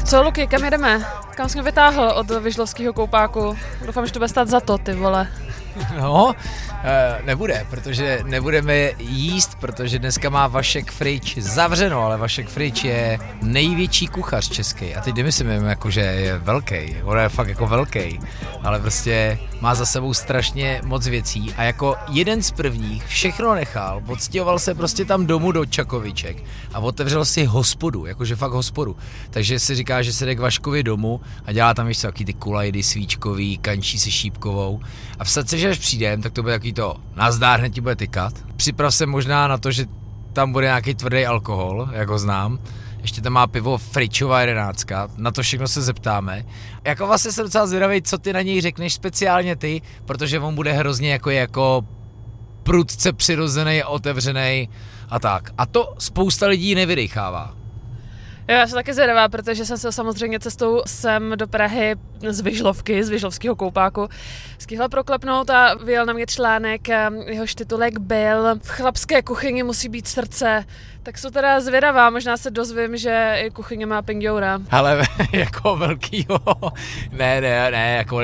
Co, Luky, kam jedeme? Kam jsi mě vytáhl od Vyžlovského koupáku? Doufám, že to bude stát za to, ty vole. No, nebude, protože nebudeme jíst, protože dneska má Vašek Frič zavřeno, ale Vašek Frič je největší kuchař český. A teď nemyslím, jako, že je velký, on je fakt jako velký, ale prostě má za sebou strašně moc věcí a jako jeden z prvních všechno nechal, odstěhoval se prostě tam domů do Čakoviček a otevřel si hospodu, jakože fakt hospodu. Takže si říká, že se jde k Vaškovi domů a dělá tam ještě taky ty kulajdy svíčkový, kančí se šípkovou a v sadce, že až přijdem, tak to bude takový to nazdár, hned ti bude tykat. Připrav se možná na to, že tam bude nějaký tvrdý alkohol, jak ho znám. Ještě tam má pivo Fričová 11, na to všechno se zeptáme. Jako vlastně jsem docela zvědavý, co ty na něj řekneš, speciálně ty, protože on bude hrozně jako prudce přirozený, otevřený a tak. A to spousta lidí nevydechává. Jo, já jsem taky zvědavá, protože jsem se samozřejmě cestou sem do Prahy z Vyžlovky, z Vyžlovského koupáku stihla proklepnout a vyjel na mě článek, jehož titulek byl V chlapské kuchyni musí být srdce. Tak jsou teda zvědavá, možná se dozvím, že i kuchyně má pindoura. Ale jako velkýho, ne, jako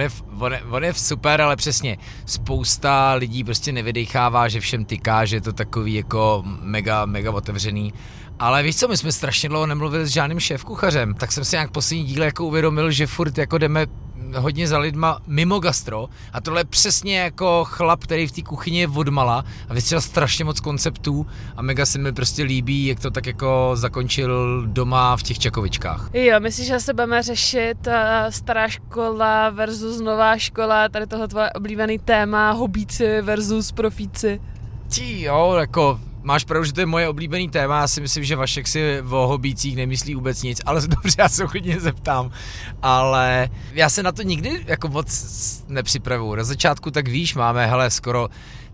on je super, ale přesně, spousta lidí prostě nevydechává, že všem tyká, že je to takový jako mega otevřený. Ale víš co, my jsme strašně dlouho nemluvili s žádným šéfkuchařem, tak jsem si nějak poslední díle jako uvědomil, že furt jako jdeme hodně za lidma mimo gastro a tohle je přesně jako chlap, který v té kuchyni je odmala a vystřelil strašně moc konceptů a mega se mi prostě líbí, jak to tak jako zakončil doma v těch Čakovičkách. Jo, myslíš, že se budeme řešit stará škola versus nová škola, tady tohle tvoje oblíbený téma, hobíci versus profíci? Jo, jako máš pravdu, že to je moje oblíbený téma, já si myslím, že Vašek si o hobících nemyslí vůbec nic, ale dobře, já se hodně zeptám, ale já se na to nikdy jako moc nepřipravuju. Na začátku tak víš, máme skoro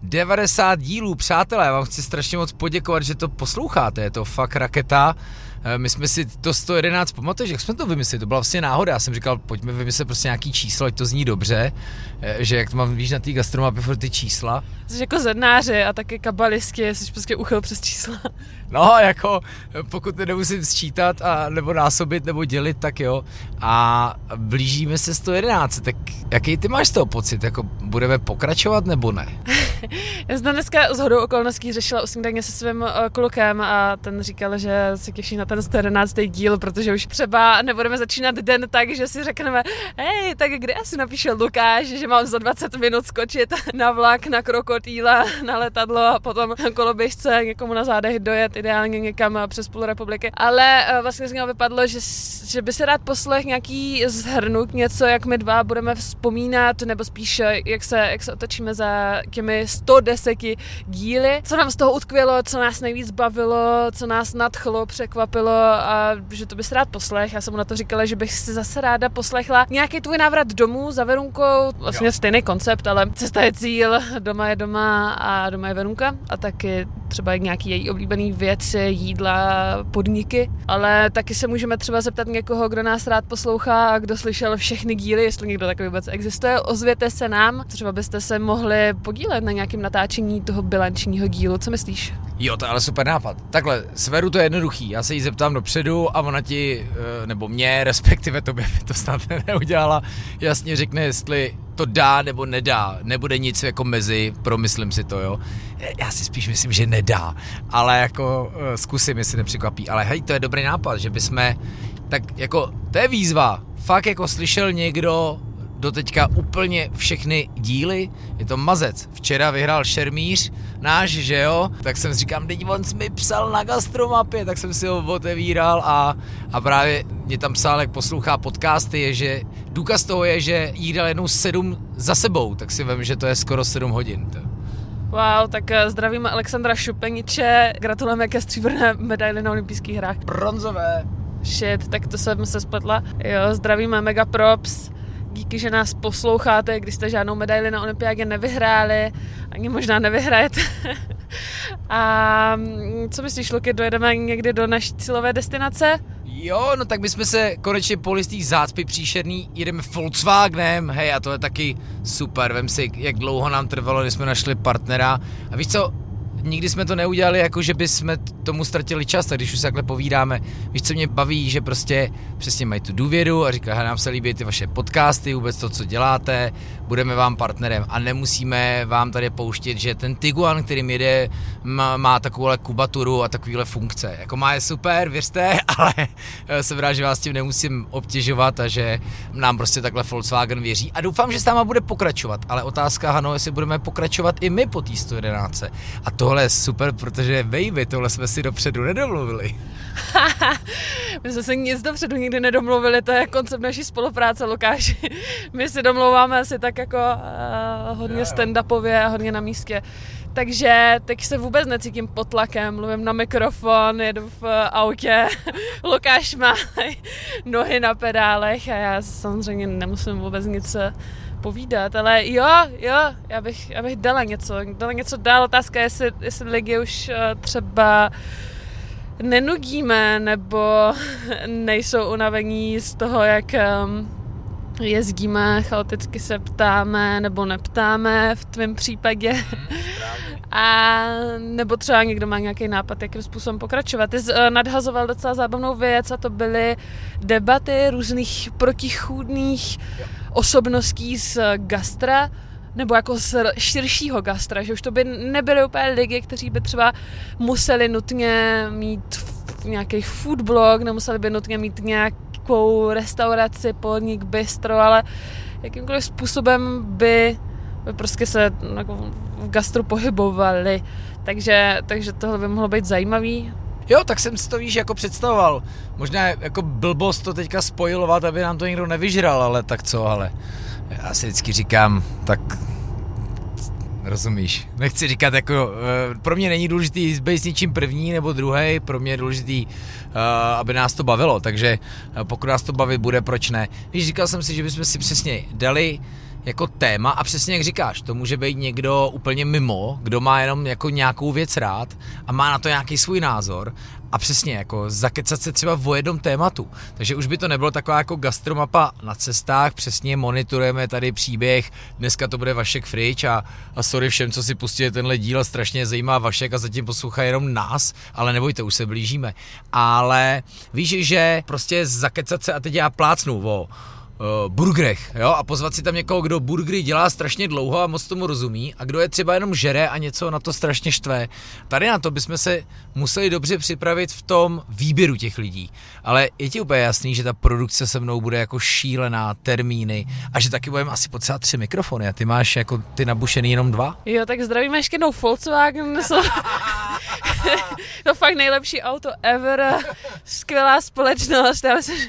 90 dílů, přátelé, já vám chci strašně moc poděkovat, že to posloucháte, je to fakt raketa. My jsme si to 111 pamatuješ, jak jsme to vymysleli, to byla vlastně náhoda, já jsem říkal, pojďme vymyslet prostě nějaký číslo, ať to zní dobře, že jak to mám, víš, na té gastromapě furt ty čísla. Jsi jako zednáři a taky kabalisti, jsi prostě uchyl přes čísla. No, jako pokud nemusím sčítat a nebo násobit nebo dělit, tak jo. A blížíme se 111, tak jaký ty máš z toho pocit, jako budeme pokračovat nebo ne? Já jsem dneska shodou okolností řešila u snídaně se svým klukem a ten říkal, že se těší na ten 111. díl, protože už třeba nebudeme začínat den tak, že si řekneme, hej, tak kdy asi napíše Lukáš, že mám za 20 minut skočit na vlak, na krokodýla, na letadlo a potom koloběžce někomu na zádech dojet ideálně někam přes půl republiky. Ale vlastně z něho vypadlo, že by se rád poslech nějaký zhrnut, něco, jak my dva budeme vzpomínat, nebo spíš jak se otočíme za těmi 110 díly. Co nám z toho utkvělo, co nás nejvíc bavilo, co nás nadchlo, překvapilo a že to bys rád poslech. Já jsem mu na to říkala, že bych si zase ráda poslechla nějaký tvůj návrat domů za Verunkou. Vlastně stejný koncept, ale cesta je cíl, doma je doma a doma je Verunka a taky třeba nějaký její oblíbený věci, jídla, podniky, ale taky se můžeme třeba zeptat někoho, kdo nás rád poslouchá a kdo slyšel všechny díly, jestli někdo takový vůbec existuje. Ozvěte se nám, třeba byste se mohli podílet na nějakém natáčení toho bilančního dílu. Co myslíš? Jo, to je ale super nápad. Takhle, s Veru to je jednoduchý. Já se jí zeptám dopředu a ona ti, nebo mě, respektive tobě by to snad neudělala, jasně řekne, jestli to dá nebo nedá. Nebude nic jako mezi, promyslím si to, jo. Já si spíš myslím, že nedá, ale jako zkusím, jestli nepřekvapí. Ale hej, to je dobrý nápad, že bychom, tak jako, to je výzva. Fakt jako slyšel někdo doteďka úplně všechny díly, je to mazec. Včera vyhrál šermíř náš, že jo, tak jsem si říkám, teď on mi psal na gastromapě, tak jsem si ho otevíral a právě mě tam psal, jak poslouchá podcasty, je, že důkaz toho je, že jí dal jednou 7 za sebou, tak si vím, že to je skoro 7 hodin. Wow, tak zdravíme Alexandra Šupeniče, gratulujeme ke stříbrné medaili na olympijských hrách. Bronzové. Shit, tak to jsem se spletla. Jo, zdravíme, mega props. Díky, že nás posloucháte, když jste žádnou medaili na olympiádě nevyhráli, ani možná nevyhrajete. A co myslíš, Luky, dojedeme někdy do naší cílové destinace? Jo, no tak my jsme se konečně pohli z té zácpy příšerný, jedeme Volkswagenem, hej, a to je taky super, vem si, jak dlouho nám trvalo, než jsme našli partnera. A víš co, nikdy jsme to neudělali, jako že bychom tomu ztratili čas, a když už se takhle povídáme, víš, co mě baví, že prostě přesně mají tu důvěru a říkají, nám se líbí ty vaše podcasty, vůbec to, co děláte, budeme vám partnerem a nemusíme vám tady pouštět, že ten Tiguan, kterým jede, má takovouhle kubaturu a takovýhle funkce. Jako má je super, věřte, ale jsem rád, že vás tím nemusím obtěžovat a že nám prostě takhle Volkswagen věří. A doufám, že s náma bude pokračovat, ale otázka, Hano, jestli budeme pokračovat i my po té 111. A tohle je super, protože baby, tohle jsme si dopředu nedomluvili. My jsme se nic dopředu nikdy nedomluvili, to je koncept naší spolupráce, Lukáši. My si domlouváme asi tak jako hodně stand-upově a hodně na místě. Takže teď se vůbec necítím pod tlakem, mluvím na mikrofon, jedu v autě, Lukáš má nohy na pedálech a já samozřejmě nemusím vůbec nic povídat, ale jo, já bych dala něco dál. Otázka je, jestli lidi už třeba nenudíme, nebo nejsou unavení z toho, jak jezdíme, chaoticky se ptáme nebo neptáme v tvém případě. A nebo třeba někdo má nějaký nápad, jakým způsobem pokračovat. Ty jsi nadhazoval docela zábavnou věc a to byly debaty různých protichůdných osobností z gastra, nebo jako z širšího gastra, že už to by nebyly úplně lidi, kteří by třeba museli nutně mít nějaký food blog, nemuseli by nutně mít nějakou restauraci, podnik, bistro, ale jakýmkoliv způsobem by prostě se jako v gastru pohybovali. Takže tohle by mohlo být zajímavý. Jo, tak jsem si to, víš, jako představoval. Možná jako blbost to teďka spojilovat, aby nám to někdo nevyžral, ale tak co, ale já si vždycky říkám, tak rozumíš. Nechci říkat jako, pro mě není důležitý být s něčím první nebo druhý, pro mě je důležitý, aby nás to bavilo, takže pokud nás to bavit bude, proč ne. Víš, říkal jsem si, že bychom si přesně dali jako téma a přesně jak říkáš, to může být někdo úplně mimo, kdo má jenom jako nějakou věc rád a má na to nějaký svůj názor a přesně jako zakecat se třeba o jednom tématu. Takže už by to nebylo taková jako gastromapa na cestách, přesně monitorujeme tady příběh, dneska to bude Vašek Frič a sorry všem, co si pustili tenhle díl, strašně zajímá Vašek a zatím poslouchají jenom nás, ale nebojte, už se blížíme. Ale víš, že prostě zakecat se a teď já plácnu o burgerech, jo, a pozvat si tam někoho, kdo burgery dělá strašně dlouho a moc tomu rozumí a kdo je třeba jenom žere a něco na to strašně štve. Tady na to bychom se museli dobře připravit v tom výběru těch lidí. Ale je ti úplně jasný, že ta produkce se mnou bude jako šílená, termíny a že taky budeme asi potřebovat 3 mikrofony a ty máš jako ty nabušený jenom 2? Jo, tak zdravíme ještě jednou Volkswagen. To fakt nejlepší auto ever. Skvělá společnost. Já myslím,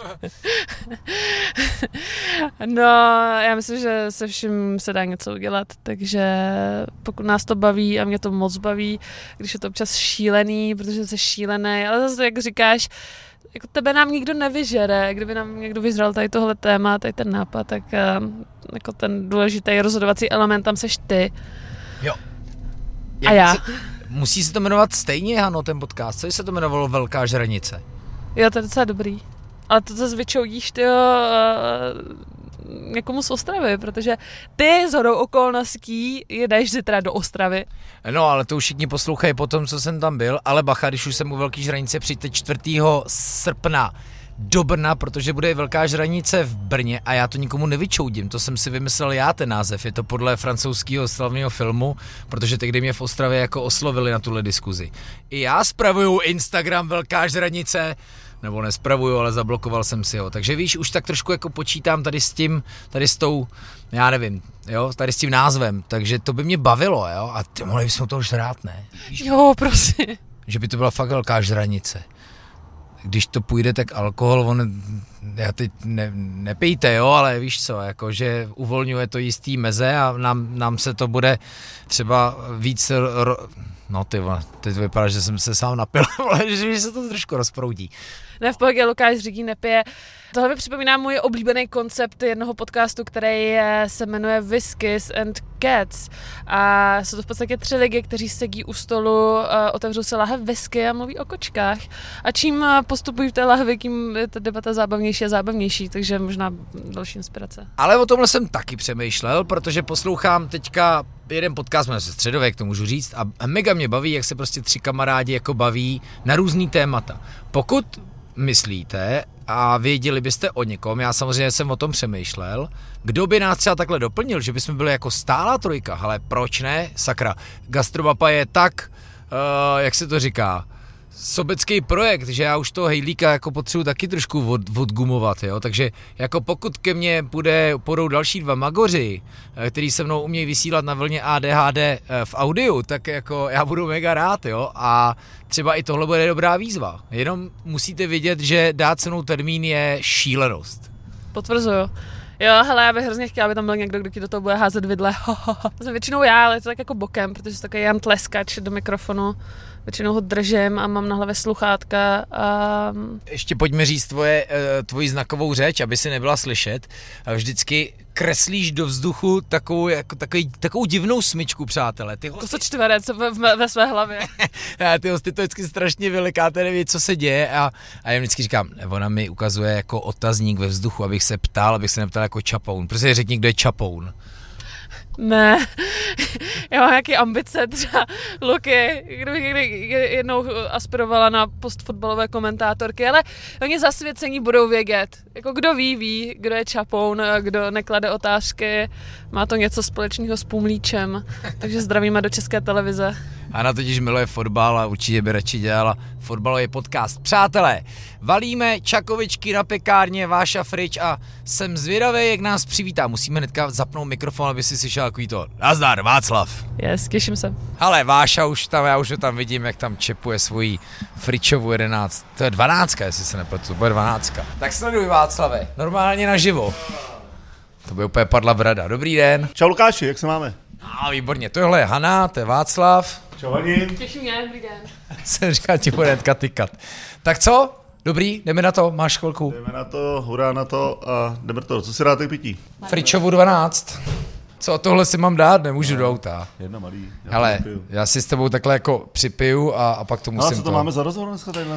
no, já myslím, že se vším se dá něco udělat, takže pokud nás to baví a mě to moc baví, když je to občas šílený, protože jsi šílený, ale zase, jak říkáš, jako tebe nám nikdo nevyžere, kdyby nám někdo vyzral tady tohle téma, tady ten nápad, tak jako ten důležitý rozhodovací element tam seš ty. Jo. A já. Musí se to jmenovat stejně, Hano, ten podcast, co se to jmenovalo Velká žranice? Jo, to je docela dobrý. Ale to zase vyčoudíš, tyjo, někomu z Ostravy, protože ty shodou okolností jedeš zítra do Ostravy. No, ale to už všichni poslouchají po tom, co jsem tam byl, ale bacha, když už jsem u Velké žranice, přijďte 4. srpna do Brna, protože bude Velká žranice v Brně a já to nikomu nevyčoudím, to jsem si vymyslel já ten název, je to podle francouzského slavného filmu, protože tehdy mě v Ostravě jako oslovili na tuhle diskuzi. I já spravuju Instagram Velká žranice, nebo nespravuju, ale zablokoval jsem si ho. Takže víš, už tak trošku jako počítám tady s tou, já nevím, jo, tady s tím názvem, takže to by mě bavilo, jo, a ty mohli bychom to už žrát, ne? Víš, jo, prosím. že by to byla fakt velká žranice. Když to půjde, tak alkohol, já teď nepijte, jo, ale víš co, jakože uvolňuje to jistý meze a nám se to bude třeba víc, no ty vole, teď vypadá, že jsem se sám napil, ale že se to trošku rozproudí. Ne, v pohodě, Lukáš řídí nepije. Tohle mi připomíná můj oblíbený koncept jednoho podcastu, který se jmenuje Whiskies and Cats. A jsou to v podstatě 3 lidi, kteří sedí u stolu, otevřou si láhev whisky a mluví o kočkách. A čím postupují v té láhvi, tím je ta debata zábavnější a zábavnější, takže možná další inspirace. Ale o tomhle jsem taky přemýšlel, protože poslouchám teďka jeden podcast, jmenuje se Středověk, to můžu říct, a mega mě baví, jak se prostě 3 kamarádi jako baví na různý témata. Pokud myslíte a věděli byste o někom, já samozřejmě jsem o tom přemýšlel, kdo by nás třeba takhle doplnil, že bychom byli jako stálá trojka, ale proč ne, sakra, Gastromapa je tak, jak se to říká, sobecký projekt, že já už toho hejlíka jako potřebuji taky trošku odgumovat, jo, takže jako pokud ke mně půjdou další 2 magoři, který se mnou umějí vysílat na vlně ADHD v audiu, tak jako já budu mega rád, jo, a třeba i tohle bude dobrá výzva, jenom musíte vědět, že dát se mnou termín je šílenost. Potvrzuju. Jo, hele, já bych hrozně chtěla, aby tam byl někdo, kdo ti do toho bude házet vidle. To jsem většinou já, ale je to tak jako bokem, protože jsem takový Jan Tleskač do mikrofonu. Většinou ho držím a mám na hlavě sluchátka. Ještě pojďme říct tvoji znakovou řeč, aby si nebyla slyšet. Vždycky kreslíš do vzduchu takovou divnou smyčku, přátelé. Kosočtverec ve své hlavě. Ty hosty to vždycky strašně vylikáte, neví, co se děje a já jim vždycky říkám, ona mi ukazuje jako otazník ve vzduchu, abych se neptal jako čapoun. Prostě řekni, kdo je čapoun. Ne, já mám nějaké ambice, třeba Luky, kdybych někdy jednou aspirovala na post fotbalové komentátorky, ale oni zasvěcení budou vědět. Jako kdo ví, kdo je čapoun, kdo neklade otázky, má to něco společného s Pumlíčem, takže zdravíme do České televize. Ana totiž miluje fotbal a určitě by radši dělala fotbalový podcast. Přátelé, valíme čakovičky na pekárně, Váša Frič a jsem zvědavý, jak nás přivítá. Musíme hnedka zapnout mikrofon, aby si slyšel takový to. Nazdar, Václav. Yes, těším se. Ale Váša já už ho tam vidím, jak tam čepuje svoji Fričovu 11. To je 12, jestli se nepletu, to bude 12. Tak sleduj, Václave, normálně naživo. To by úplně padla brada. Dobrý den. Čau Lukáši, jak se máme? Výborně, tohle je Hana, to je Václav. Čau Ani. Těším mě, dobrý den. Jsem říkal, ti bude hnedka tykat. Tak co? Dobrý, jdeme na to, máš chvilku. Jdeme na to, hurá na to a jdeme na to. Co si rád pití? Fričovu 12. Co, tohle si mám dát? Nemůžu do auta. Jedna malý. Hele, já si s tebou takhle jako připiju a pak to musím. Ale co to máme za rozhovor dneska tady?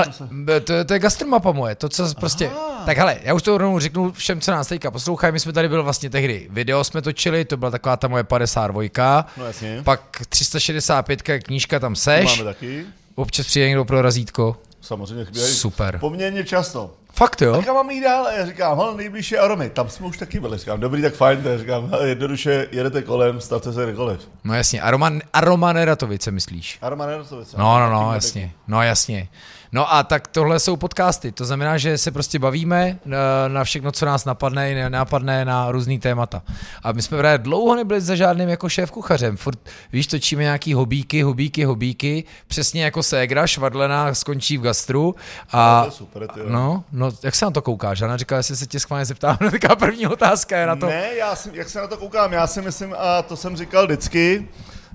To je Gastromapa moje, to co prostě. Tak hele, já už to rovnou řeknu všem, co nás teďka poslouchají, my jsme tady byli vlastně tehdy video jsme točili, to byla taková ta moje 52, no jasně. Pak 365 knížka tam seš. To máme taky. Občas přijde někdo pro razítko. Samozřejmě chvíli. Super. Poměrně často. Fakt jo? Tak já mám jít dál a já říkám, hele, nejbližší Aromy, tam jsme už taky byli. Říkám, dobrý, tak fajn, tak říkám, jednoduše jedete kolem, stavte se kdekoliv. No jasně, Aroma Neratovice myslíš? Aroma Neratovice. No, jasně, no jasně. No a tak tohle jsou podcasty, to znamená, že se prostě bavíme na všechno, co nás napadne i nenapadne na různý témata. A my jsme právě dlouho nebyli za žádným jako šéf kuchařem, furt, víš, točíme nějaký hobíky, přesně jako ségra, švadlená skončí v gastru. A to je super, ty no, jak se na to koukáš? Žana říkala, jestli se tě schválně zeptám, taková první otázka je na to. Ne, jak se na to koukám, já si myslím, a to jsem říkal vždycky,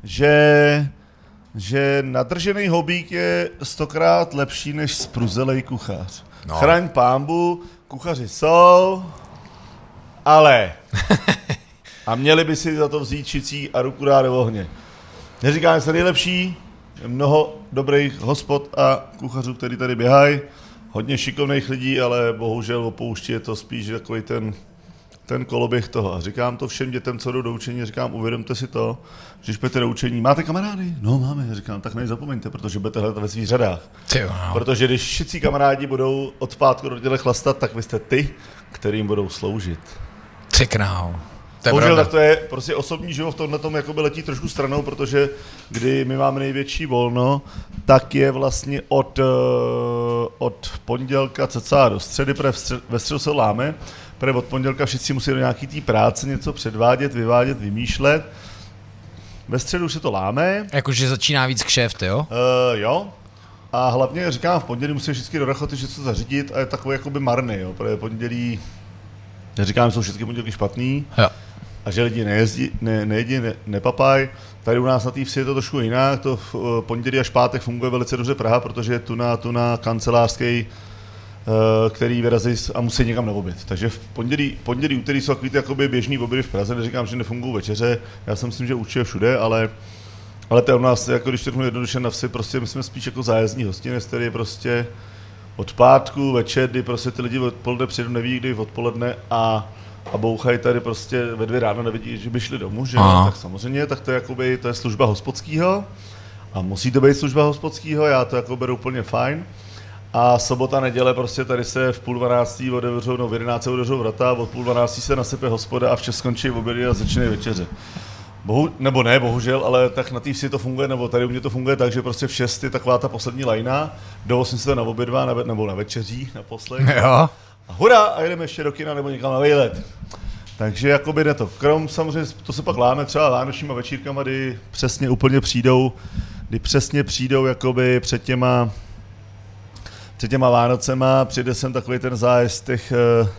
že nadržený hobík je 100krát lepší než spruzelej kuchař. No. Chraň pánbu, kuchaři jsou, ale a měli by si za to vzít šicí a ruku dát do ohně. Neříkám, že se nejlepší, je mnoho dobrých hospod a kuchařů, který tady běhají, hodně šikovných lidí, ale bohužel opouští je to spíš takový ten koloběh toho. A říkám to všem dětem, co jdou do učení, říkám, uvědomte si to, že když budete do učení, máte kamarády? No, máme, říkám, tak nezapomeňte, protože budete hledat ve svých řadách. Protože když šicí kamarádi budou od pátku do neděle chlastat, tak vy jste ty, kterým budou sloužit. Třeknál. Bohužel, tak to je prostě osobní život v tomhletom jakoby letí trošku stranou, protože kdy my máme největší volno, tak je vlastně od pondělka cca do středy, ve středu se láme, protože od pondělka všichni musí do nějaký té práce něco předvádět, vyvádět, vymýšlet. Ve středu se to láme. Jakože začíná víc kšeft, jo? Jo. A hlavně říkám, v pondělí musí všichni do rachoty něco zařídit a je takový jakoby marný, jo, protože pondělí, neříkám, že jsou všechny pondělky špatný. Jo. A že lidi nejedí, nepapaj. Tady u nás na té vsi je to trošku jinak, to v pondělí až pátek funguje velice dobře Praha, protože je tu na kancelářský, který vyrazí a musí někam na oběd. Takže v pondělí, úterý jsou takový jakoby běžný obědy v Praze, neříkám, že nefungují večeře, já si myslím, že určitě všude, ale to je u nás, jako když řeknu jednoduše na vsi, prostě my jsme spíš jako zájezdní hostinec, který je prostě od pátku, večer, kdy prostě ty lidi odpoledne přijdou, neví kdy odpoledne a a bouchají tady prostě ve 2 ráno, nevidí, že by šli domů, že tak samozřejmě, tak to je jakoby, to je služba hospodskýho a musí to být služba hospodskýho, já to jako beru úplně fajn. A sobota, neděle prostě tady se v 11:30 otevřou, no v 11 otevřou vrata, od 11:30 se nasype hospoda a včas skončí obědy a začínají večeře. Nebo ne, bohužel, ale tak na té vsi to funguje, nebo tady u mě to funguje tak, že prostě v 6 je taková ta poslední lajna, do 8 se to na obědva, nebo na večeří naposled. Jo. A hurá, a jedeme ještě do kina nebo někam na výlet. Takže jakoby ne to. Krom samozřejmě, to se pak láme třeba vánočníma večírkama, kdy přesně úplně přijdou jakoby před těma Vánocema, přijde sem takový ten zájezd těch,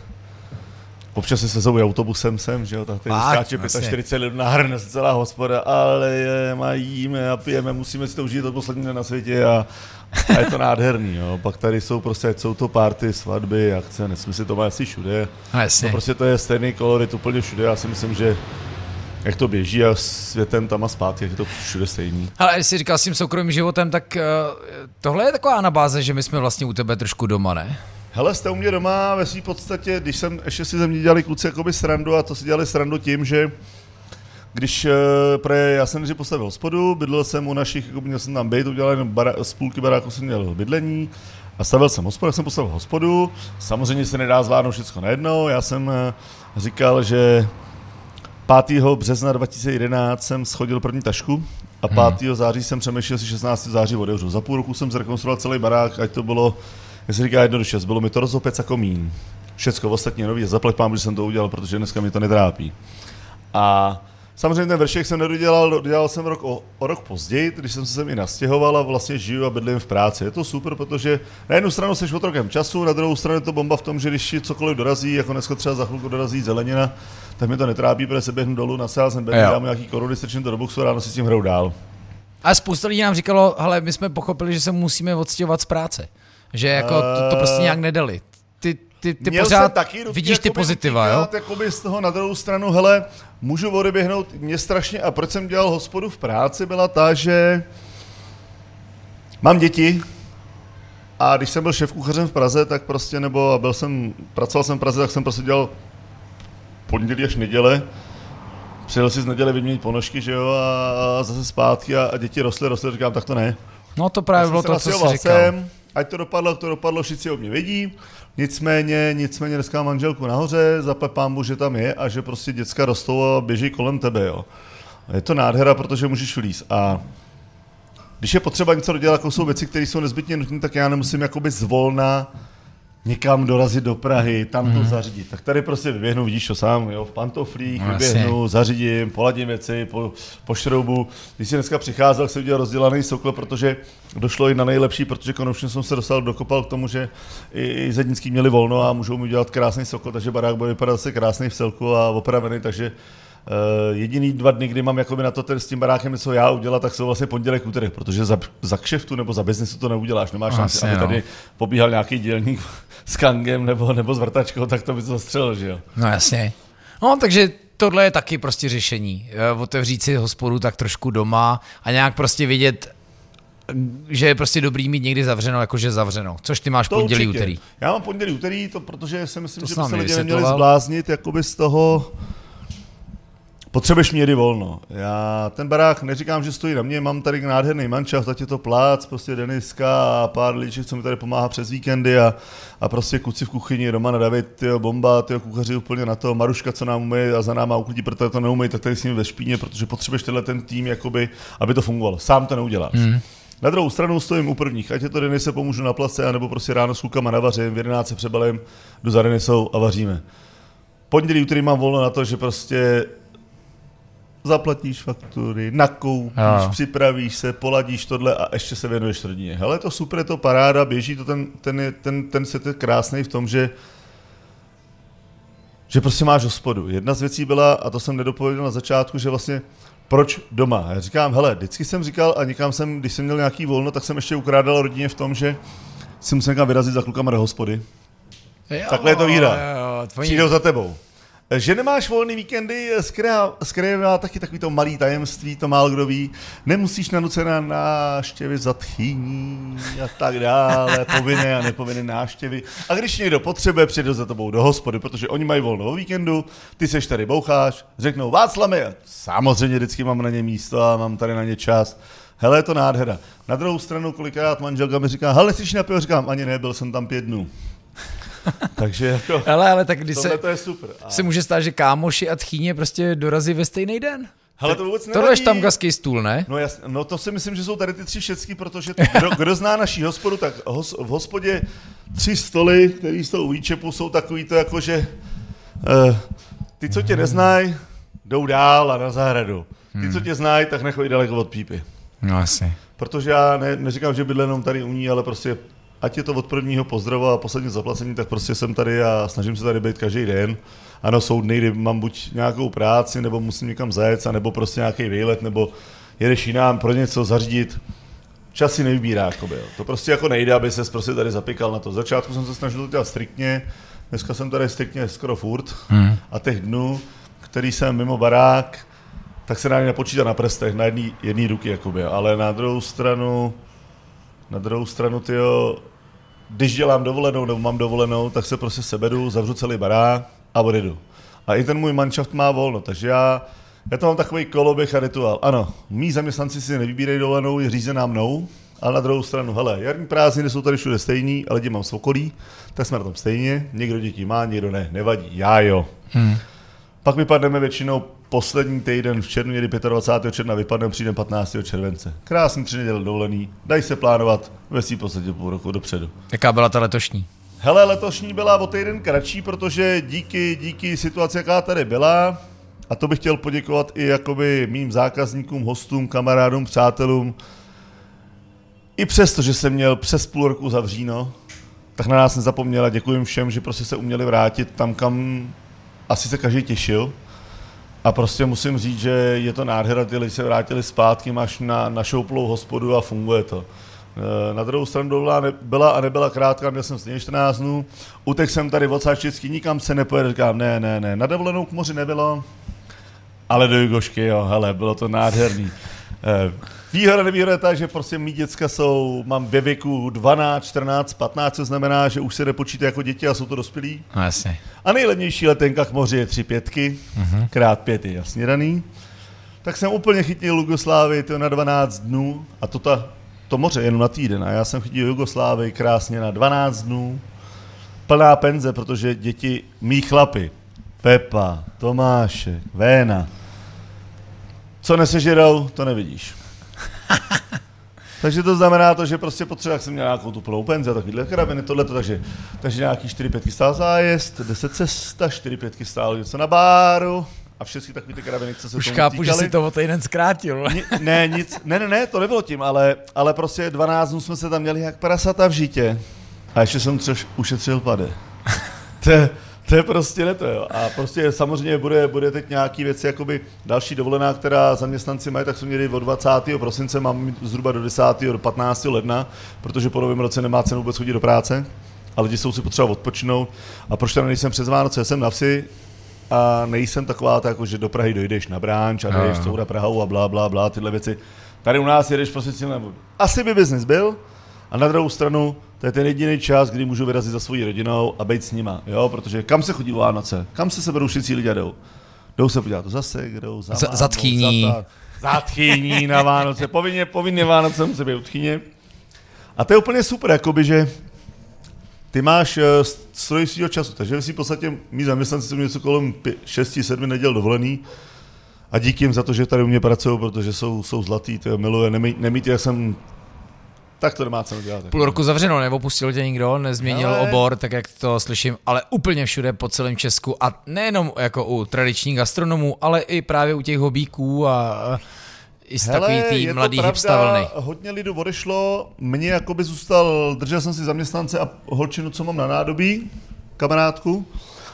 občas se svezou i autobusem sem, že jo, tak tady skáče 45 lidí na hrne celá hospoda, ale jíme a pijeme, musíme si to užít od poslední dne na světě a je to nádherný, jo. Pak tady jsou prostě, jsou to party, svatby, akce, nesmysl, to má asi všude. No prostě to je stejný kolorit úplně všude, já si myslím, že jak to běží a světem tam a zpátky, jak je to všude stejný. Ale jestli říkal s tím soukromým životem, tak tohle je taková anabáze, že my jsme vlastně u tebe trošku doma, ne? Hele, jste u mě doma ve svý podstatě, když jsem ještě si ze mě dělali kluci jakoby srandu a to si dělali srandu tím, že když já jsem nejdřív postavil hospodu, bydlel jsem u našich, jako měl jsem tam byt, udělal jenom z půlky baráku jsem měl bydlení a stavil jsem hospodu, jak jsem postavil hospodu, samozřejmě se nedá zvládnout všechno najednou, já jsem říkal, že 5. března 2011 jsem schodil první tašku a 5. září jsem přemýšlel, si 16. září otevřu. Za půl roku jsem zrekonstruoval celý barák, ať to bylo, jak se říká jednoduše, bylo mi to rozopec a komín. Všecko ostatně nový, zaplať pán, že jsem to udělal, protože dneska mi to netrápí. A samozřejmě ten vršek jsem dodělal jsem o rok později, když jsem se sem i nastěhoval a vlastně žiju a bydlím v práci. Je to super, protože na jednu stranu jsi otrokem času, na druhou stranu je to bomba v tom, že když cokoliv dorazí, jako dneska třeba za chvilku dorazí zelenina, tak mi to netrápí, protože se běhnu dolů, nasál jsem běhnu, dám nějaký koruny, strčím to do boxu, ráno si s tím hraju dál. A spousta lidí nám říkalo, hele, my jsme pochopili, že se musíme odstěhovat z práce, že jako to prostě nějak nedali. Ty pořád vidíš ty pozitiva, jo? Jakoby z toho na druhou stranu, hele, můžu odeběhnout, mě strašně, a proč jsem dělal hospodu v práci, byla ta, že mám děti a když jsem byl šéfkuchařem v Praze, tak prostě, pracoval jsem v Praze, tak jsem prostě dělal pondělí až neděle, přijel si z neděle vyměnit ponožky, že jo, a zase zpátky a děti rostly, říkám, tak to ne. No to právě bylo to, co jsi říkal. Ať to dopadlo, všichni o mě vědí. Nicméně dneska manželku nahoře, zaplať pánbu, že tam je a že prostě děcka rostou a běží kolem tebe, jo. A je to nádhera, protože můžeš vylízt. A když je potřeba něco dodělat, jako jsou věci, které jsou nezbytně nutné, tak já nemusím jakoby zvolna někam dorazit do Prahy, tam to zařídit. Tak tady prostě vyběhnu, vidíš to sám, jo, v pantoflích, vyběhnu, zařídím, poladím věci, pošroubu. Když si dneska přicházel, jsem udělal rozdělaný sokl, protože došlo i na nejlepší, protože konečně jsem se dokopal k tomu, že i zednický měli volno a můžou mi udělat krásný sokl, takže barák bude vypadat zase krásný v celku a opravený, takže jediný 2 dny, kdy mám jakoby na to s tím barákem něco já udělat, tak jsou vlastně pondělek, úterek, protože za kšeftu nebo za biznesu to neuděláš, nemáš šanci, aby tady pobíhal nějaký dělník s kangem nebo s vrtačkou, tak to by to zastřelil, že jo? No jasně. No takže tohle je taky prostě řešení. Otevřít si hospodu tak trošku doma a nějak prostě vidět, že je prostě dobrý mít někdy zavřeno, jakože zavřeno. Což ty máš pondělí, úterý. Já mám pondělí, úterý, to protože si myslím, že by se lidé neměli zbláznit jakoby z toho. Potřebuješ mít volno. Já ten barák neříkám, že stojí na mě, mám tady nádherný manšaft, ať je to plác, prostě Deniska a pár lidí, co mi tady pomáhá přes víkendy a prostě kluci v kuchyni, Roman, David, tyjo, bomba, tyjo, kuchaři úplně na to, Maruška, co nám umí a za náma uklidí, protože to neumí, tak tady s ním ve špíně, protože potřebuješ tenhle ten tým, jakoby, aby to fungovalo. Sám to neuděláš. Na druhou stranu stojím u prvních, ať je to Denise, pomůžu na place, anebo prostě ráno s klukama navařím, v 11 se přebalím, jdu za Denisou a vaříme. Pondělí, úterý mám volno na to, že prostě zaplatíš faktury, nakoupíš, připravíš se, poladíš tohle a ještě se věnuješ rodině. Hele, to super, je to paráda, běží to, ten svět je krásný v tom, že prostě máš hospodu. Jedna z věcí byla, a to jsem nedopověděl na začátku, že vlastně proč doma? Já říkám, hele, vždycky jsem říkal a někam jsem, když jsem měl nějaký volno, tak jsem ještě ukrádal rodině v tom, že si musím někam vyrazit za klukama do hospody. Takhle je to výhra. Přijdou za tebou. Že nemáš volný víkendy, skrývá taky takový to malý tajemství, to málo kdo ví. Nemusíš na nucené návštěvy, zatchýní a tak dále, povinné a nepovinné návštěvy. A když někdo potřebuje, přijde za tebou do hospody, protože oni mají volno o víkendu, ty seš tady boucháš, řeknou Václave, samozřejmě vždycky mám na ně místo a mám tady na ně čas. Hele, je to nádhera. Na druhou stranu, kolikrát manželka mi říká, hele, chceš na pivo? Říkám, ani ne, byl jsem tam 5 dnů. Takže jako, ale tak když to je super. Se může stát, že kámoši a tchýně prostě dorazí ve stejný den. Hele, to vůbec nevadí. Tohle je štamgastský stůl, ne? No jasně, no to si myslím, že jsou tady ty 3 všecky, protože kdo zná naší hospodu, tak v hospodě 3 stoly, které jsou u výčepu, jsou takový to jako, že ty, co tě neznají, jdou dál a na zahradu. Ty, co tě znají, tak nechodí daleko od pípy. No asi. Protože já neříkám, že bydlím jenom tady u ní, ale prostě ať je to od prvního pozdravu a poslední zaplacení, tak prostě jsem tady a snažím se tady být každý den. Ano, jsou dny, kdy mám buď nějakou práci, nebo musím někam zajet, nebo prostě nějaký výlet, nebo jedeš jinam pro něco zařídit. Čas si nevybírá, jakoby, jo. To prostě jako nejde, aby ses prostě tady zapikal na to. V začátku jsem se snažil to dělat striktně, dneska jsem tady striktně skoro furt. A těch dnů, který jsem mimo barák, tak se dá napočítat na prstech, na jedné ruky, jakoby, ale na druhou stranu, tyjo, když dělám dovolenou nebo mám dovolenou, tak se prostě sebedu, zavřu celý barák a odjedu. A i ten můj manšaft má volno, takže já to mám takový koloběh a rituál. Ano, mý zaměstnanci si nevybírají dovolenou, je řízená mnou, ale na druhou stranu, hele, jarní prázdniny jsou tady všude stejný, ale lidi mám v okolí, tak jsme na tom stejně, někdo děti má, někdo ne, nevadí, já jo. Pak vypadneme většinou poslední týden v červnu, někdy 25. června vypadneme, přijde 15. července. Krásný 3 neděle dovolený, dají se plánovat ve svým podstatě půl roku dopředu. Jaká byla ta letošní? Hele, letošní byla o týden kratší, protože díky situaci, jaká tady byla, a to bych chtěl poděkovat i jakoby mým zákazníkům, hostům, kamarádům, přátelům, i přesto, že jsem měl přes půl roku zavříno, tak na nás nezapomněla. Děkuji jim všem, že prostě se uměli vrátit tam, kam asi se každý těšil. A prostě musím říct, že je to nádhera, ty lidi se vrátili zpátky, máš na šouplou hospodu a funguje to. Na druhou stranu byla a nebyla krátká, měl jsem stejně 14 dnů, utek jsem tady odsaď vždycky, nikam se nepojede, říkám, ne, na dovolenou k moři nebylo, ale do Jugošky, jo, hele, bylo to nádherný. Výhoda, nevýhoda je ta, že prostě mý děcka mám ve věku 12, 14, 15, co znamená, že už se nepočítají jako děti a jsou to dospělí. No, jasně. A nejlevnější letenka k moři je 3 pětky, krát 5 je jasně daný. Tak jsem úplně chytil Jugoslávii na 12 dnů a to moře jenom na týden. A já jsem chytil Jugoslávii krásně na 12 dnů. Plná penze, protože děti, mý chlapy, Pepa, Tomášek, Véna, co nesežerou, to nevidíš. Takže to znamená to, že prostě potřeba, jak jsem měl nějakou tu plnou penzi a takovýhle karabiny, tohleto, takže nějaký 4-5 stál zájezd, 10 cesta, 4-5 stál něco na báru a všechny takový ty karabiny, co se už tomu chápu, týkali. že si to o týden zkrátil. Ne, to nebylo tím, ale prostě 12 dnů jsme se tam měli jak prasata v žitě a ještě jsem ušetřil pade. To je prostě ne to, jo. A prostě samozřejmě bude teď nějaký věci, jakoby další dovolená, která zaměstnanci mají, tak jsme měli od 20. prosince, mám zhruba do 10. do 15. ledna, protože po novém roce nemá cenu vůbec chodit do práce, a lidi jsou si potřeba odpočinout. A proč tam nejsem přes Vánoce, jsem na vsi a nejsem taková, jako, že do Prahy dojdeš na branč a jdeš Souda Prahou a blá, tyhle věci. Tady u nás jedeš prostě cílem. Asi by biznis byl, a na druhou stranu to je ten jediný čas, kdy můžu vyrazit za svojí rodinou a být s nima, jo, protože kam se chodí Vánoce, kam se seberou všichni lidé jdou se podívat zase, jdou za tchýní. Za tchýní na Vánoce, povinně Vánoce musí být u tchýně. A to je úplně super, jakoby, že ty máš stroj svýho času, takže si v podstatě mý zaměstnanci jsou něco kolem 6-7 neděl dovolený a díky jim za to, že tady u mě pracují, protože jsou zlatý, to je miluje, nemít, jak jsem. Tak to nemá cenu dělat. Půl roku zavřeno, neopustil tě nikdo, nezměnil obor, tak jak to slyším, ale úplně všude po celém Česku a nejenom jako u tradičních gastronomů, ale i právě u těch hobíků a i z takový tý mladý hipstavlny. Hodně lidů odešlo, mě jakoby držel jsem si zaměstnance a holčinu, co mám na nádobí, kamarádku,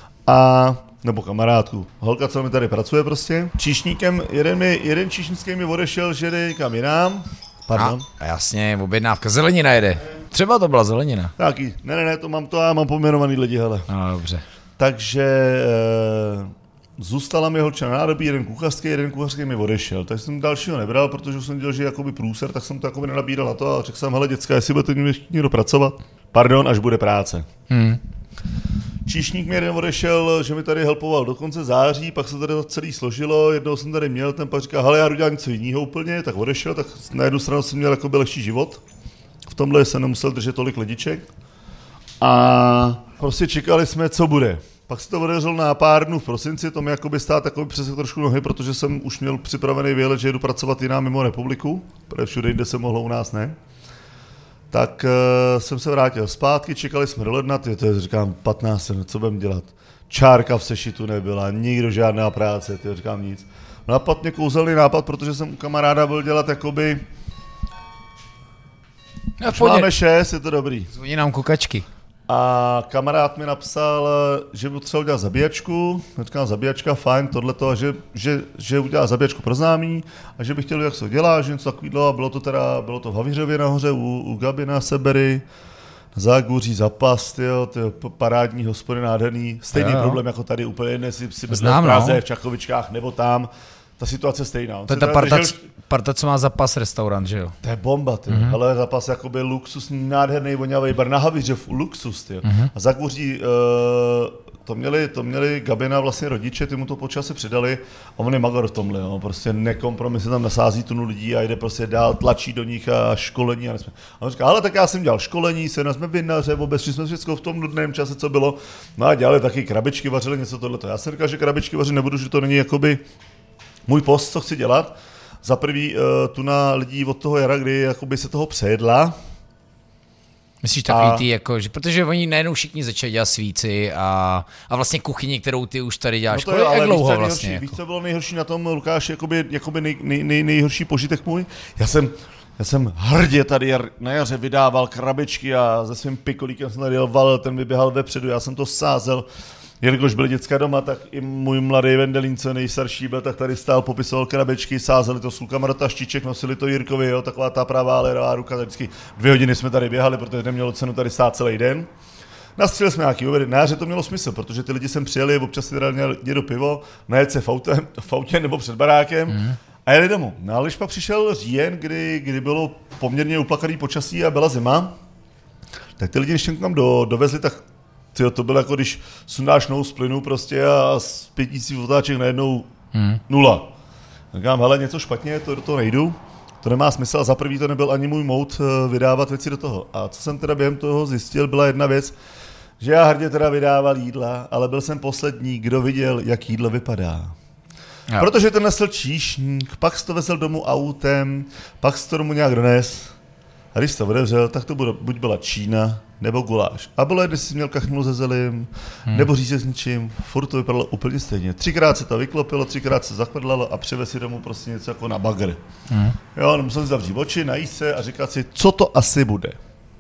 nebo kamarádku, holka, co mi tady pracuje prostě. Číšníkem, jeden číšnický mi odešel, že jde někam jinam. Pardon. A jasně, objednávka, zelenina jede. Třeba to byla zelenina. Taky, ne, to já mám pojmenovaný lidi, hele. No, dobře. Takže zůstala mi holčina na nádobí, jeden kuchařský mi odešel. Tak jsem dalšího nebral, protože už jsem dělal, že jakoby průser, tak jsem to jakoby nenabíral na to a řekl jsem, hele děcka, jestli budete někdo pracovat, pardon, až bude práce. Číšník mi jeden odešel, že mi tady helpoval do konce září, pak se tady to celý složilo, jednou jsem tady měl, ten pak říkal, hele, já jdu dělat něco jiného úplně, tak odešel, tak na jednu stranu jsem měl jakoby lehčí život. V tomhle jsem nemusel držet tolik lidiček. A prostě čekali jsme, co bude. Pak se to odehřelo na pár dnů v prosinci, to mi jakoby stát takový přesek trošku nohy, protože jsem už měl připravený výlet, že jdu pracovat jinam mimo republiku, protože všude jinde se mohlo, u nás ne. Tak jsem se vrátil zpátky, čekali jsme do ledna, říkám 15, co budem dělat. Čárka v sešitu nebyla, nikdo žádná práce, říkám nic. Nápad mě kouzelný nápad, protože jsem u kamaráda byl dělat jakoby... Už máme 6, je to dobrý. Zvoní nám kukačky. A kamarád mi napsal, že by potřeboval dělat zabíjačku. Říkám, zabíjačka, fajn, tohleto, že udělá zabíjačku pro známý a že bych chtěl, jak se to dělá, že něco takového. A bylo to v Havířově nahoře u Gaby na Sebery, na Záguří, Zapas, parádní hospody, nádherný. Stejný problém jako tady, úplně jedné si bydlel v Praze, v Čachovičkách nebo tam. Ta situace stejná. To je ta parta, co má Zapas restaurant, že jo? To je bomba, ty. Ale Zapas jakoby luxusní, nádherný, voňavý bar na Havířov, luxus, ty. A Zaguří, to měli Gabina vlastně rodiče, ty mu to po čase přidali a on je magor v tomhle, jo. Prostě nekompromisně tam nasází tunu lidí a jde prostě dál, tlačí do nich a školení. A on říká, ale tak já jsem dělal školení, jsme vinaře, obecně jsme všechno v tom nudném čase, co bylo. No a dělali taky krabičky, vařili něco tohleto. Já jsem říkal, že krabičky vařit nebudu, že to není jakoby můj post, co chci dělat. Za prvý tu na lidí od toho jara, kdy jakoby se toho přejedla. Myslíš takový ty, jako, že, protože oni najednou všichni začali dělat svíci a vlastně kuchyni, kterou ty už tady děláš. No to je, ale dlouho víš, vlastně? Víš, co bylo nejhorší na tom, Lukáš, jakoby nejhorší požitek můj? Já jsem hrdě tady na jaře vydával krabičky a se svým pikolíkem jsem tady valil, ten vyběhal vepředu, já jsem to sázel. Jelikož byly dětská doma, tak i můj mladý Vendelín, co nejstarší byl, tak tady stál, popisoval krabičky, sázeli to s klukama do taštiček, nosili to Jirkovi, jo, taková ta pravá levá ruka, vždycky 2 hodiny jsme tady běhali, protože nemělo cenu tady stát celý den. Nastřelili jsme nějaký obědy, na jaře to mělo smysl, protože ty lidi sem přijeli, občas si teda měli do pivo, najet se v autě nebo před barákem a jeli domů. No ale když pak přišel říjen, kdy bylo poměrně uplakaný počasí a byla zima, tak ty lidi, když tam dovezli, tak to bylo jako když sundáš nohu z plynu prostě a z 5000 otáček najednou 0. Říkám, hele, něco špatně, to do toho nejdu, to nemá smysl a za prvý to nebyl ani můj moud vydávat věci do toho. A co jsem teda během toho zjistil, byla jedna věc, že já hrdě teda vydával jídla, ale byl jsem poslední, kdo viděl, jak jídlo vypadá. Jo. Protože ten nesl číšník, pak to vezl domů autem, pak to domů nějak dones. A když to otevřel, tak to buď byla Čína, nebo guláš. A bylo, když jsi měl kachnu se zelím, nebo řízek s ničím, furt to vypadalo úplně stejně. 3krát se to vyklopilo, 3krát se zakvrdlalo a přivez si domů prostě něco jako na bagr. Jo, musel si zavřít oči, najít se a říkat si, co to asi bude.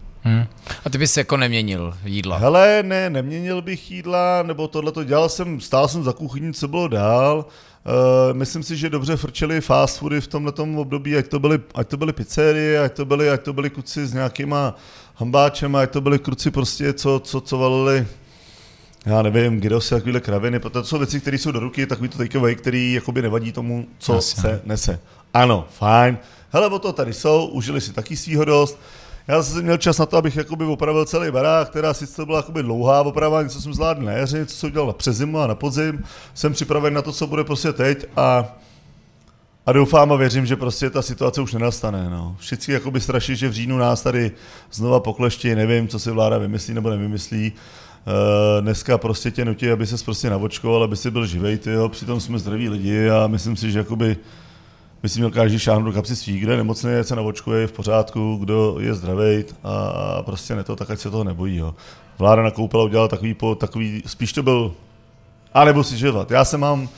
A ty bys jako neměnil jídla? Hele, neměnil bych jídla, nebo tohleto dělal jsem, stál jsem za kuchyní, co bylo dál. Myslím si, že dobře frčeli fast foody v tomhletom období, ať to byly pizzerie, ať to byly kluci s nějakýma hambáčema, ať to byly kluci prostě, co valili, já nevím, gyros, takovýhle kraviny, protože to jsou věci, které jsou do ruky, takový to takeaway, který jakoby nevadí tomu, co se nese. Ano, fajn. Hele, o to tady jsou, užili si taky svýho dost. Já jsem měl čas na to, abych jakoby opravil celý barák, která sice to byla jakoby dlouhá oprava, něco jsem zvládl na jaře, něco jsem udělal přes zimu a na podzim. Jsem připraven na to, co bude prostě teď a doufám a věřím, že prostě ta situace už nenastane. No. Všichni jakoby straší, že v říjnu nás tady znova pokleští, nevím, co si vláda vymyslí nebo nevymyslí. Dneska prostě tě nutí, aby ses prostě navočkoval, aby si byl živej, tyjo. Přitom jsme zdraví lidi a myslím si, že jakoby by si měl každý šáhnout do kapsy svý, kde nemocný je, se navočkuje, je v pořádku, kdo je zdravej a prostě ne to, tak ať se toho nebojí. Jo. Vláda nakoupila, udělala takový, spíš to byl, a nebudu si žovat. Já se mám,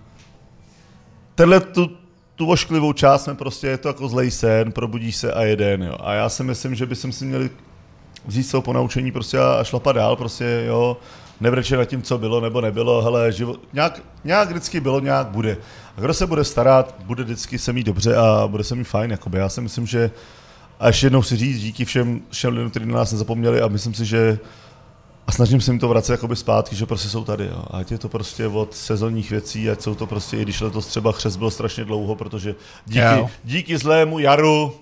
tu ošklivou část jsme prostě, je to jako zlej sen, probudíš se a jeden, jo. A já si myslím, že bychom si měli vzít svou ponaučení prostě a šlapat dál, prostě, jo. Nebrečet nad tím, co bylo nebo nebylo, hele, život, nějak vždycky bylo, nějak bude. A kdo se bude starat, bude vždycky se mít dobře a bude se mít fajn, jakoby. Já si myslím, že a ještě jednou si říct díky všem lidem, kteří na nás nezapomněli a myslím si, že a snažím se jim to vracet jakoby zpátky, že prostě jsou tady, jo. Ať je to prostě od sezonních věcí, ať jsou to prostě, i když letos třeba chřest byl strašně dlouho, protože díky zlému jaru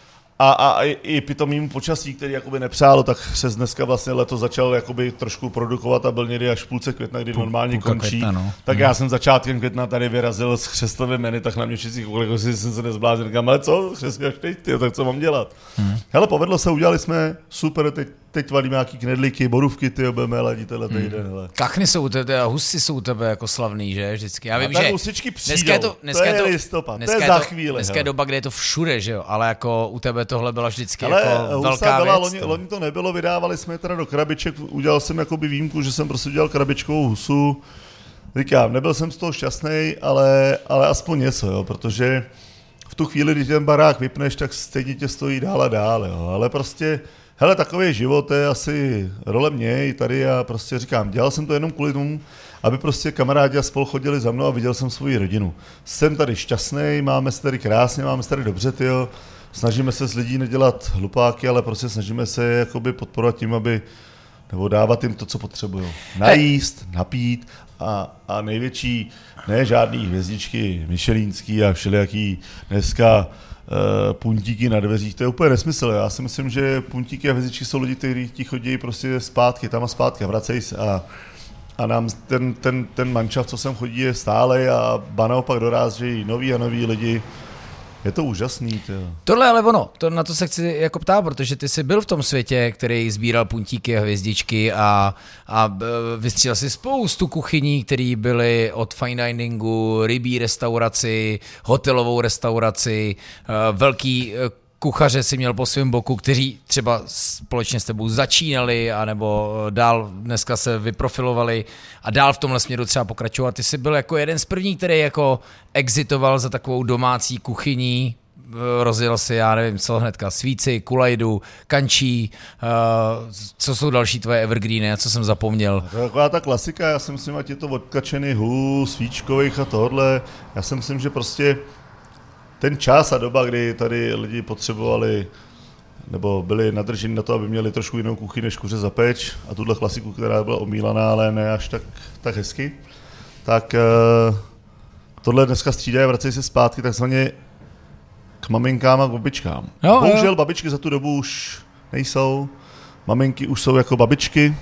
a i pitomýmu počasí, který jakoby nepřálo, tak chřest dneska vlastně letos začal jakoby trošku produkovat a byl někdy až v půlce května, kdy normálně končí. Května, no. Tak já jsem začátkem května tady vyrazil s chřestovým menu, tak na mě všichni koukali, jsem se nezbláznil, říkám, ale co, chřest až teď, tyjo, tak co mám dělat? Hele, povedlo se, udělali jsme super, teď valíme nějaký knedlíky, borůvky, ty budeme ladit tenhle týden, hele. Kachny jsou tebe, husy jsou tebe jako slavný, že, vždycky. Já vím, že husičky přijdou, to je listopad, to je za chvíli. Dneska je doba, kde je to všude, že jo, ale jako u tebe tohle byla vždycky jako velká věc. Loni to nebylo, vydávali jsme teda do krabiček, udělal jsem jakoby výjimku, že jsem prostě udělal krabičkovou husu. Říkám, nebyl jsem z toho šťastný, ale aspoň něco, jo, protože v tu chvíli, když ten barák vypneš, tak stejně tě stojí dál a dál, jo, ale prostě, hele, takový život je asi role mě i tady a prostě říkám, dělal jsem to jenom kvůli tomu, aby prostě kamarádi a spolu chodili za mnou a viděl jsem svoji rodinu. Jsem tady šťastný, máme se tady krásně, máme se tady dobře, tyjo. Snažíme se z lidí nedělat hlupáky, ale prostě snažíme se jakoby podporovat tím, nebo dávat jim to, co potřebují. Najíst, napít a největší, ne žádný hvězdičky Michelínský a všelijaký dneska puntíky na dveřích, to je úplně nesmysl. Já si myslím, že puntíky a hvězdičky jsou lidi, kteří ti chodí prostě zpátky, tam a zpátky a vracejí se a nám ten manšaft, co sem chodí, je stále a ba naopak dorážejí noví a noví lidi. Je to úžasný. Tohle ale ono, na to se chci jako ptát, protože ty jsi byl v tom světě, který sbíral puntíky a hvězdičky a vystřílel si spoustu kuchyní, které byly od fine diningu, rybí restauraci, hotelovou restauraci, velký kuchaře si měl po svém boku, kteří třeba společně s tebou začínali, anebo dál dneska se vyprofilovali a dál v tomhle směru třeba pokračovat. Ty jsi byl jako jeden z prvních, který jako exitoval za takovou domácí kuchyní, rozjel si, já nevím, co hnedka, svíci, kulajdu, kančí, co jsou další tvoje evergreeny a co jsem zapomněl? To je taková ta klasika, já si myslím, ať je to odkačený svíčkových a tohle, já si myslím, že prostě ten čas a doba, kdy tady lidi potřebovali nebo byli nadrženi na to, aby měli trošku jinou kuchyni než kuře za peč a tuhle klasiku, která byla omílaná, ale ne až tak hezky, tak tohle dneska střídají a vracejí se zpátky takzvaně k maminkám a k babičkám. Bohužel babičky za tu dobu už nejsou, maminky už jsou jako babičky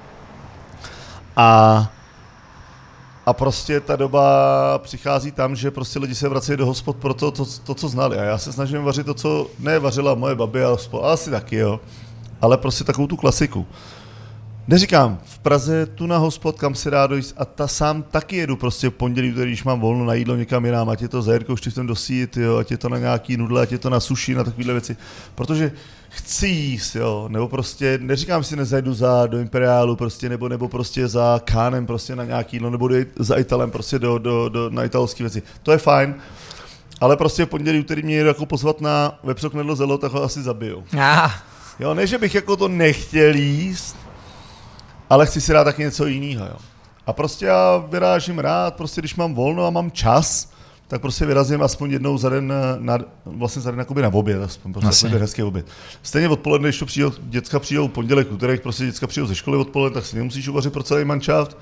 a prostě ta doba přichází tam, že prostě lidi se vracejí do hospod pro to, co znali. A já se snažím vařit to, co nevařila moje babi a asi taky, jo. Ale prostě takovou tu klasiku. Neříkám, v Praze tu na hospod, kam si rád dojít a ta sám taky jedu prostě v pondělí, když mám volno na jídlo někam jinam, ať je to za Jirkou Štiftem do sít, jo, ať je to na nějaký nudle, ať je to na sushi, na takovéhle věci. Protože chci jíst, jo, nebo prostě, neříkám si nezajdu do Imperiálu prostě, nebo prostě za Kánem prostě na nějaký jídlo, nebo za Italem prostě na italské věci. To je fajn, ale prostě v pondělí, který mě jako pozvat na vepřok knedlo zelo, tak ho asi zabiju. Jo, ne, že bych jako to nechtěl jíst, ale chci si dát taky něco jiného, jo. A prostě já vyrážím rád, prostě když mám volno a mám čas, tak prostě vyrazím aspoň jednou za den, vlastně za den jakoby na oběd, aspoň prostě hezký oběd. Stejně odpoledne, když to děcka přijdou pondělek, úterek, prostě děcka přijdou ze školy odpoledne, tak si nemusíš uvařit pro celý manšaft.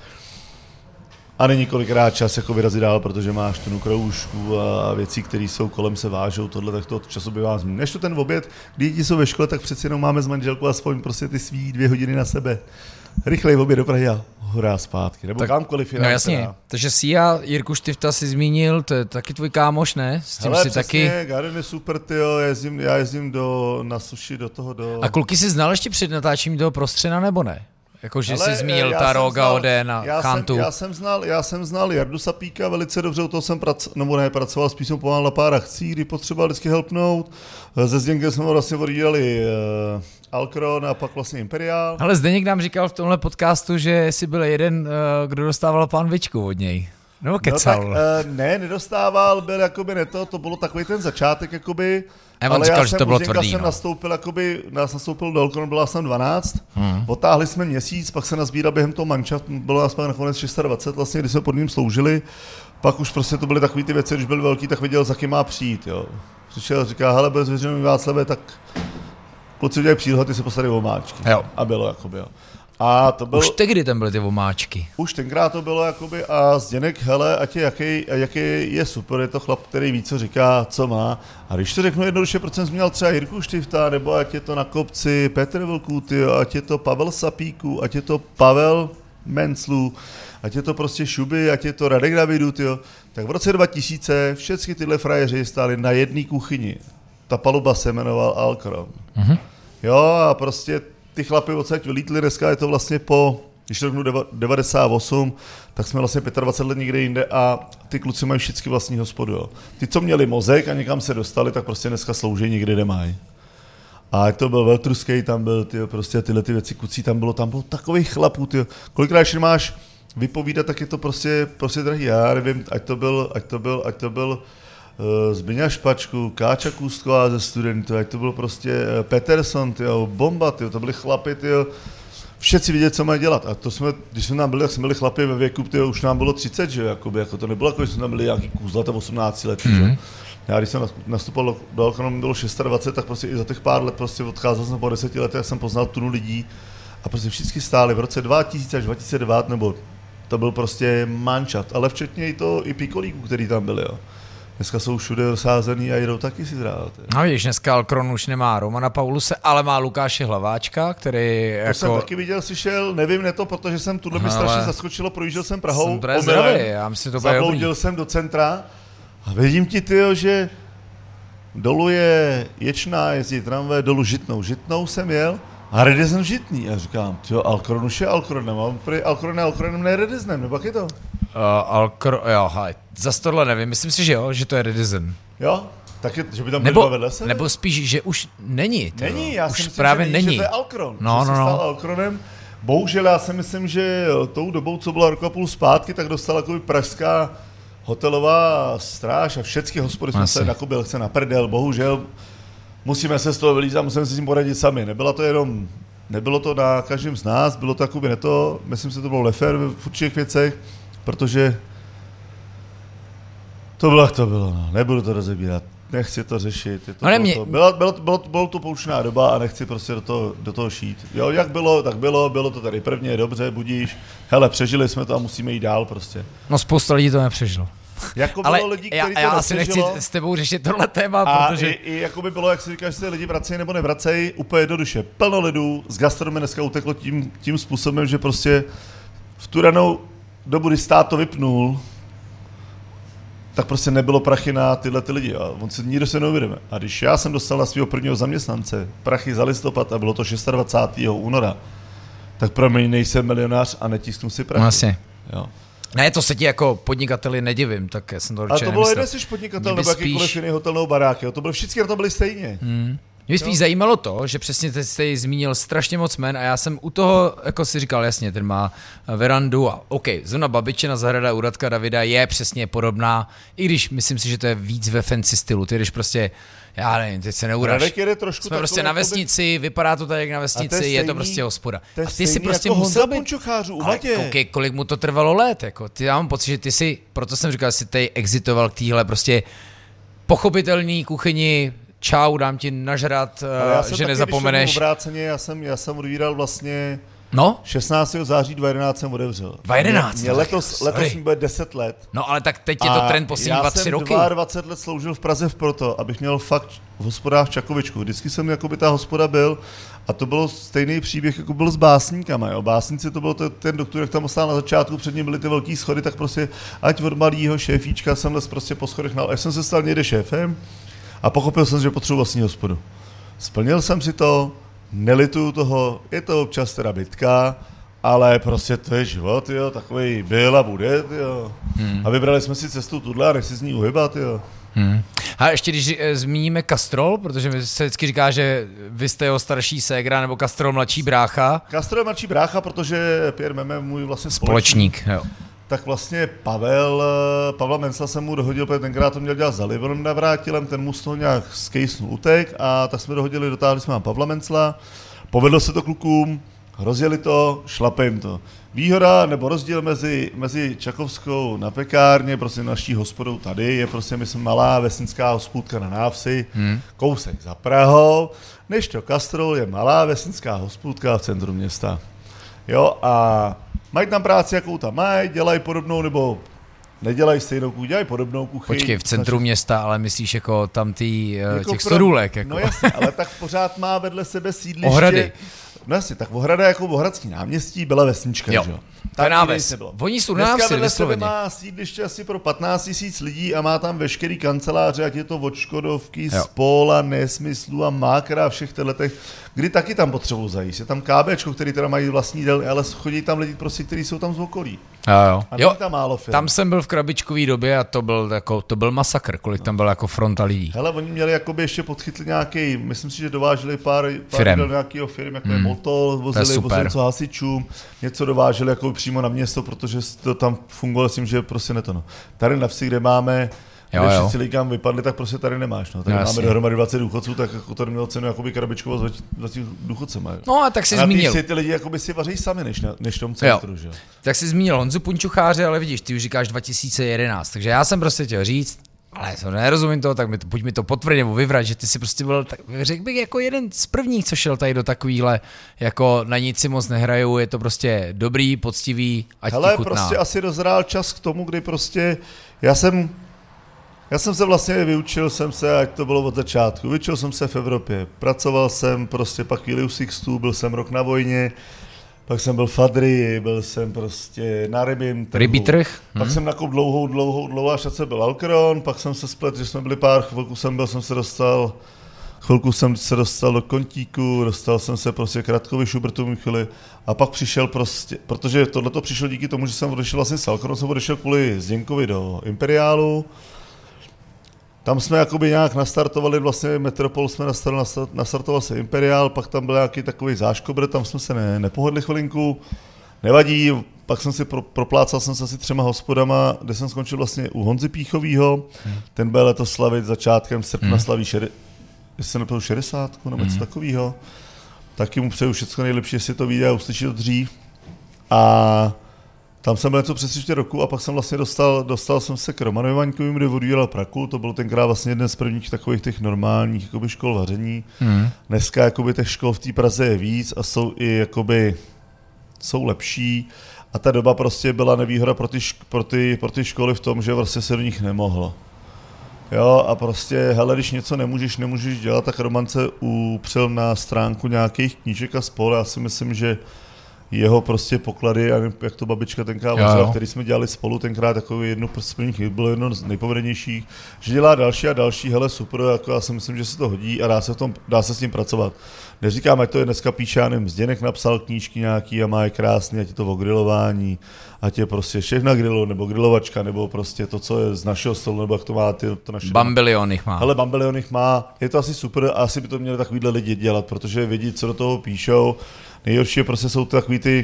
A není kolikrát čas jako vyrazit dál, protože máš tu kroužku a věcí, které jsou kolem se vážou, tohle, tak to času bývá změn. Než to ten oběd, kdy děti jsou ve škole, tak přeci jenom máme s manželkou aspoň prostě ty svý 2 hodiny na sebe. Rychlej oběd do Prahy a hurá zpátky, nebo tak, kamkoliv jinak. No jasně, takže si a Jirku Štifta si zmínil, to je taky tvůj kámoš, ne? S tím hele, si přesně, taky... Garden je super, tyjo, já jezdím na sushi do toho A kluky jsi znal ještě před natáčením toho Prostřena, nebo ne? Jakože jsi zmínil Taroga, Oden a Chantu. Já jsem znal Jardu Sapíka velice dobře, u toho jsem pracoval, spíš jsem pomáhal na pár akcí, kdy potřeboval vždycky helpnout. Se Zdeňkem jsme vlastně odjídali Alkron a pak vlastně Imperiál. Ale Zdeněk nám říkal v tomhle podcastu, že jsi byl jeden, kdo dostával pánvičku od něj. Nebo kecal. No tak, ne, nedostával, byl jakoby to bylo takový ten začátek, jakoby. Ale říkal, že to bylo tvrdý. Jsem nastoupil do Alkron, byla jsem 12, otáhli jsme měsíc, pak se nazbíral během toho manšaft, bylo nás pak nakonec 26, vlastně, když jsme pod ním sloužili, pak už prostě to byly takové ty věci, když byl velký, tak věděl, za kým má přijít, jo. Přišel, říká, hele, bez věřený Václavě, tak kluci udělají příhled, ty se posadí omáčky. Jo. A bylo jakoby, jo. A to byl, už tehdy tam byly ty omáčky. Už tenkrát to bylo jakoby a Zdeněk, hele, ať je jaký je super, je to chlap, který ví, co říká, co má. A když to řeknu jednoduše, proč jsem zmínil třeba Jirku Štifta, nebo ať je to na kopci Petr Vlků, tyjo, ať je to Pavel Sapíků, ať je to Pavel Menclů, ať je to prostě Šuby, ať je to Radek Davidů, tyjo, tak v roce 2000 všechny tyhle frajeři stály na jedné kuchyni. Ta paluba se jmenoval Alkron. Mm-hmm. Jo, a prostě ty chlapy odsaď vylítli, dneska je to vlastně když to řeknu 98, tak jsme vlastně 25 let někde jinde a ty kluci mají všichni vlastní hospodu, jo. Ty, co měli mozek a někam se dostali, tak prostě dneska slouží někde, kde mají. A jak to byl Veltruskej, tam byl, tyjo, prostě tyhle ty věci kucí, tam bylo takových chlapů, tyjo. Kolikrát, když máš vypovídat, tak je to prostě drahý, já nevím, ať to byl Zbyňa Špačku, Káča Kůstková ze studentů, ať to byl prostě Peterson, tyjo, Bomba, tyjo, to byli chlapi, tyjo, všetci vidět, co mají dělat. A to když jsme tam byli, tak jsme byli chlapi ve věku, tyjo, už nám bylo 30, že jakoby, jako to nebylo jako, že jsme tam byli nějaký kůzlata 18 let, že? Já když jsem nastupoval do Alkronu, bylo 26, tak prostě i za těch pár let prostě odcházel jsem po 10 letech, jak jsem poznal tunu lidí a prostě všichni stáli v roce 2000 až 2009, nebo to byl prostě manšaft, ale včetně i pikolíků, který tam byli, jo. Dneska jsou všude rozházený a jedou taky si zhrát. No víš, dneska Alkron už nemá Romana Pauluse, ale má Lukáše Hlaváčka, který to jako... jsem taky viděl, slyšel, nevím to, protože jsem tuhle mi strašně zaskočilo, projížděl jsem Prahou, zabloudil jsem do centra a vidím ti, tyjo, že dolu je Ječná, jezdí tramvaj, dolu Žitnou jsem jel a Redezem Žitný. A říkám, tyjo, Alkron už je Alkronem, a prý Alkronem ne Redeznem, nebo jak je to? Zas tohle nevím, myslím si, že jo, že to je Redizen. Jo? Tak je, že by tam byli dva vedle se? Nebo spíš, že už není. Není, já už si myslím, právě že není. Že to je Alkron. No. Stal Alkronem. Bohužel já si myslím, že tou dobou, co byla rok a půl zpátky, tak dostala jakoby pražská hotelová stráž a všechny hospody jsme se nakupili na prdel. Bohužel musíme se z toho vylízat, musíme se s tím poradit sami. Nebylo to na každém z nás, bylo to jakoby myslím si, že to bylo lefér v určitých věcech, protože to bylo, jak to bylo, no. Nebudu to rozebírat, nechci to řešit. Bylo to poučná doba a nechci prostě do toho šít. Jo, jak bylo, tak bylo to tady prvně, dobře, budíš. Hele, přežili jsme to a musíme jít dál prostě. No spousta lidí to nepřežilo. Jako bylo lidí, kteří to já asi nechci s tebou řešit tohle téma, protože... I jako by bylo, jak si říkáš, že se lidi vracejí nebo nevracejí, úplně jednoduše. Plno lidů z gastronomie dneska uteklo tím způsobem, že prostě v tu ranou dobu, kdy stát to vypnul, tak prostě nebylo prachy na tyhle ty lidi. A nikdo se neuvědomí. A když já jsem dostal na svého prvního zaměstnance prachy za listopad a bylo to 26. února, tak pro mě nejsem milionář a netisknu si prachy. Vlastně. Jo. Ne, to se ti jako podnikateli nedivím, tak já jsem to určitě nemyslel. A to bylo jeden jsi podnikatel nebo jakýkoliv jiný hotel nebo barák, jo? To bylo všichni na to byli stejně. Mě spíš zajímalo to, že přesně teď jste zmínil strašně moc jmen a já jsem u toho, jako si říkal, jasně, ten má verandu a OK, zrovna Babičina zahrada u Radka Davida je přesně podobná, i když myslím si, že to je víc ve fancy stylu, ty jdeš prostě, já nevím, teď se neuraž. Jsme prostě na vesnici, vypadá to tady jak na vesnici, je to prostě hospoda. A ty si prostě jako musel být, ale koukej, kolik mu to trvalo let, jako, já mám pocit, že ty si, proto jsem říkal, že jsi tady exitoval k téhle prostě pochopitelný kuchyni, čau, dám ti nažrat, že nezapomeneš. Já jsem odvíral vlastně 16. září 2011 jsem otevřel. 2011? Letos mi bude 10 let. No ale tak teď je to trend poslední 2-3 roky. Já jsem 22 let sloužil v Praze v Proto, abych měl fakt v hospodách v Čakovičku. Vždycky jsem jakoby ta hospoda byl a to bylo stejný příběh, jako byl s básníkama. Jo. Básníci to byl ten doktor, jak tam stál na začátku, před ním byly ty velký schody, tak prostě ať od malýho šéfíčka jsem les prostě po schodech. Až jsem se stal někde šéfem, a pochopil jsem, že potřebuji vlastní hospodu. Splnil jsem si to, nelituju toho, je to občas teda bitka, ale prostě to je život, jo, takovej byl a bude, jo. A vybrali jsme si cestu tuhle a nechci z ní uhybat, jo. A ještě když zmíníme Kastrol, protože mi se vždycky říká, že vy jste jeho starší ségra nebo Kastrol mladší brácha. Kastrol je mladší brácha, protože Pierre Meme je můj vlastně společník. Jo. Tak vlastně Pavla Mencla jsem mu dohodil, protože tenkrát to měl dělat za Livonem Navrátilem, ten mu z toho nějak skejsnul utek a tak jsme dotáhli jsme Pavla Mencla, povedlo se to klukům, rozjeli to, šlape jim to. Výhoda nebo rozdíl mezi Čakovskou na pekárně, prostě naší hospodou tady, je prostě my jsme malá vesnická hospůdka na návsi, kousek za Prahou, než to Kastrol je malá vesnická hospůdka v centru města. Jo, a mají tam práci, jakou tam mají, dělají podobnou, nebo nedělají stejnou kuchyni, dělají podobnou kuchyni. Počkej, v centru města, ale myslíš jako tam jako těch stodůlek? Jako. No jasně, ale tak pořád má vedle sebe sídliště. Ohrady. No jasně, tak Ohrada jako Ohradský náměstí byla vesnička, jo. Že jo? To je náves. Oni jsou návsi, vysloveně. Dneska má sídliště asi pro 15 000 lidí a má tam veškerý kanceláře, ať je to od Škodovky, Spola, Nesmyslu a Mákra a všech těch, kdy taky tam potřebují zajíst. Je tam KBčko, který teda mají vlastní dělny, ale chodí tam lidi prostě, kteří jsou tam z okolí. Jo. A není tam málo firm. Tam jsem byl v krabičkové době a to byl masakr, kolik tam bylo jako fronta lidí. Hele, oni měli jakoby ještě podchytli nějaký, myslím si, že dováželi pár nějakého firm, jako je Motol, vozili co hasičům, něco dováželi jako přímo na město, protože to tam fungovalo s tím, že prostě ne to. No. Tady na vsi, kde máme, kde všichni lidi kam vypadli, tak prostě tady nemáš. No. Tady máme dohromady 20 důchodců, tak jako tady mělo cenu jakoby krabičkovo s 20 důchodcema. No a tak si zmínil. A ty lidi jakoby si vaří sami, než v tom centru. Že? Tak si zmínil Honzu Punčucháře, ale vidíš, ty už říkáš 2011, takže já jsem prostě chtěl říct, ale to nerozumím toho, tak pojď mi to potvrdit nebo vyvrat, že ty si prostě byl, tak řekl bych, jako jeden z prvních, co šel tady do takovýhle, jako na nic si moc nehrajou, je to prostě dobrý, poctivý, ať ti chutná. Prostě asi dozrál čas k tomu, kdy prostě, já jsem se vlastně vyučil jsem se, ať to bylo od začátku, vyučil jsem se v Evropě, pracoval jsem prostě pak chvíli u Sixtu, byl jsem rok na vojně, pak jsem byl v Adrii, byl jsem prostě na rybím trhu. Rybí trh? Pak jsem nakoupil dlouhou až se byl Alcron, pak jsem se splet, že jsme byli chvilku jsem se dostal do Kontíku, dostal jsem se prostě k Radkovi Schubertu Michali a pak přišel prostě, protože tohleto přišlo díky tomu, že jsem odešel vlastně s Alcronem, jsem odešel kvůli Zděnkovi do Imperiálu. Tam jsme jakoby nějak nastartovali, vlastně Metropol jsme nastartoval se Imperiál, pak tam byl nějaký takový záškobr, tam jsme se nepohodli chvilinku, nevadí, pak jsem si proplácal jsem se asi 3 hospodama, kde jsem skončil vlastně u Honzy Píchovýho, ten byl letos slavit začátkem srpna slaví 60 nebo něco takového, taky mu přeju všechno nejlepší, jestli to vyjde a uslyší to dřív a tam jsem byl něco přes 3 roku a pak jsem vlastně dostal jsem se k Romanovi Vaňkovým, kde odvíjel praku, to byl tenkrát vlastně jeden z prvních takových těch normálních jakoby škol vaření. Dneska jakoby těch škol v té Praze je víc a jsou i jakoby, jsou lepší a ta doba prostě byla nevýhoda pro ty školy v tom, že vlastně se do nich nemohlo. Jo a prostě, hele, když něco nemůžeš dělat, tak Roman se upřel na stránku nějakých knížek a spol, já si myslím, že jeho prostě poklady, jak to babička tenkrát vařila, který jsme dělali spolu tenkrát, takový jedno z prvních, bylo jedno z nejpovedenějších, že dělá další a další, hele super, jako já si myslím, že se to hodí a dá se s tím pracovat. Neříkám, ať to je dneska píše, já nevím, Zděnek napsal knížky nějaký a má je krásný, ať je to o grilování, ať je prostě šéf na grilu, nebo grilovačka, nebo prostě to, co je z našeho stolu, nebo jak to má to naše... Bambilion jich má. Hele, Bambilion jich má, je to asi super a asi by to měli takovýhle lidi dělat, protože vědí, co do toho píšou. Nejhorší je prostě jsou to takový ty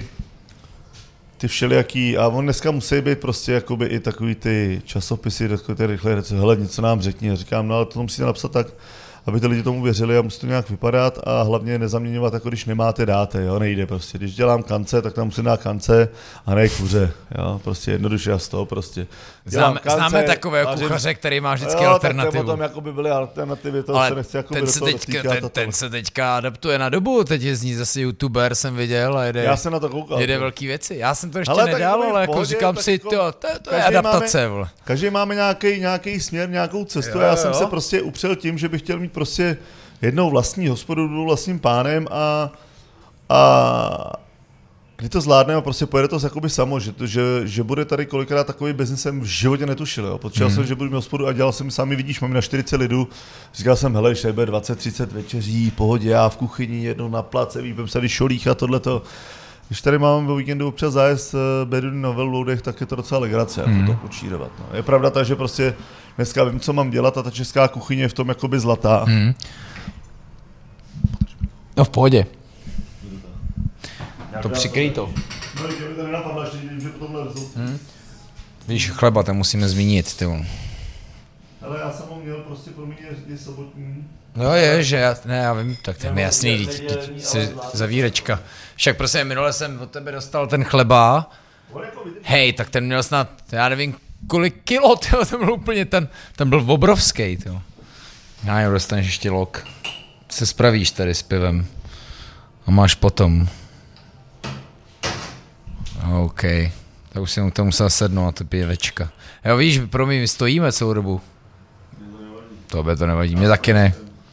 všelijaký, a on dneska musí být prostě jakoby i takový ty časopisy, takový ty rychlé, hele, něco nám řekni, a říkám, no ale to musíte napsat tak, aby ty lidi tomu věřili a musí to nějak vypadat a hlavně nezaměňovat, jako když nemáte, dáte, jo, nejde prostě. Když dělám kance, tak tam musím dát kance a ne kuře, jo, prostě jednoduše a z toho prostě. Známe takového kuchaře, který má vždycky alternativu. Tak potom jako by byly alternativy, to ale se nechci jako do toho dotýkat. Ten se teďka adaptuje na dobu, teď je z ní zase youtuber, jsem viděl a jede, já jsem na to koukal, jede velký věci. Já jsem to ještě nedal, ale jako říkám si, to je adaptace. Každý máme nějaký směr, nějakou cestu a já jsem se prostě upřel tím, že bych chtěl mít prostě jednou vlastní hospodu, byl vlastním pánem a kdy to zvládneme a prostě pojede to jakoby samo, že bude tady kolikrát takový biznis jsem v životě netušil, jo. Počítal jsem, že budu mít hospodu a dělal jsem sami, vidíš, mám na 40 lidů, říkal jsem, hele, že bude 20-30 večeří, pohodě, já v kuchyni, jednou na place, výpím se šolích a tohleto. Když tady mám o víkendu občas zájezd Beduny na velloudech, tak je to docela legrace, jako to počírovat. No. Je pravda ta, že prostě dneska vím, co mám dělat a ta česká kuchyně je v tom jakoby zlatá. No v pohodě. To přikryj to. No, kdyby to nenapadlo, ještě vidím, že potom lezou. Víš, chleba, to musíme zmínit, ty. Ale já jsem ho měl prostě pro mě je sobotní. No je, že já vím, tak to je mi jasný, zavírečka. Však prostě minule jsem od tebe dostal ten chleba, hej, tak ten měl snad, já nevím, kolik kilo, tyjo, ten byl úplně, ten byl obrovský, tyjo. Já jo, dostaneš ještě lok. Se spravíš tady s pivem. A máš potom. OK, tak už jsem to musel sednout, to pěvečka. Jo, víš, my stojíme celou dobu. Tobě to nevadí, mě taky ne.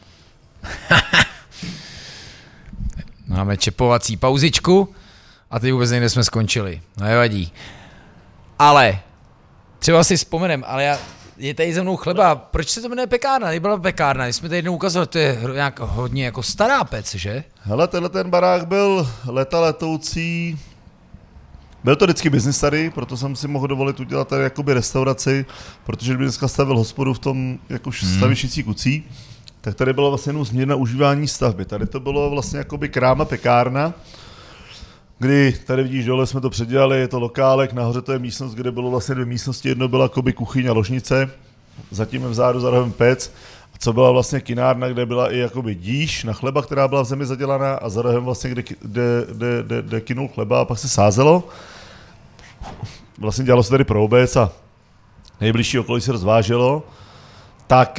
Máme čepovací pauzičku a teď vůbec někde jsme skončili. No nevadí. Ale, třeba si vzpomenem, ale je tady ze mnou chleba. Proč se to jmenuje pekárna? Nebyla pekárna, když jsme tady jednou ukazovali, to je nějak hodně jako stará pec, že? Hele, tenhle ten barák byl letoucí. Byl to vždycky business tady, proto jsem si mohl dovolit udělat tady jakoby restauraci, protože kdyby dneska stavil hospodu v tom jako stavišnicí Kucí, tak tady bylo vlastně jenom změna užívání stavby. Tady to bylo vlastně jakoby kráma pekárna, kdy tady vidíš dole jsme to předělali, je to lokálek, nahoře to je místnost, kde bylo vlastně 2 místnosti, jedno byla jakoby kuchyň a ložnice, zatím je vzadu za rohem pec, a co byla vlastně kinárna, kde byla i jakoby díš na chleba, která byla v zemi zadělaná a za rohem vlastně, kde kynul chleba a pak se sázelo. Vlastně dělalo se tady pro obec a nejbližší okolí se rozváželo, tak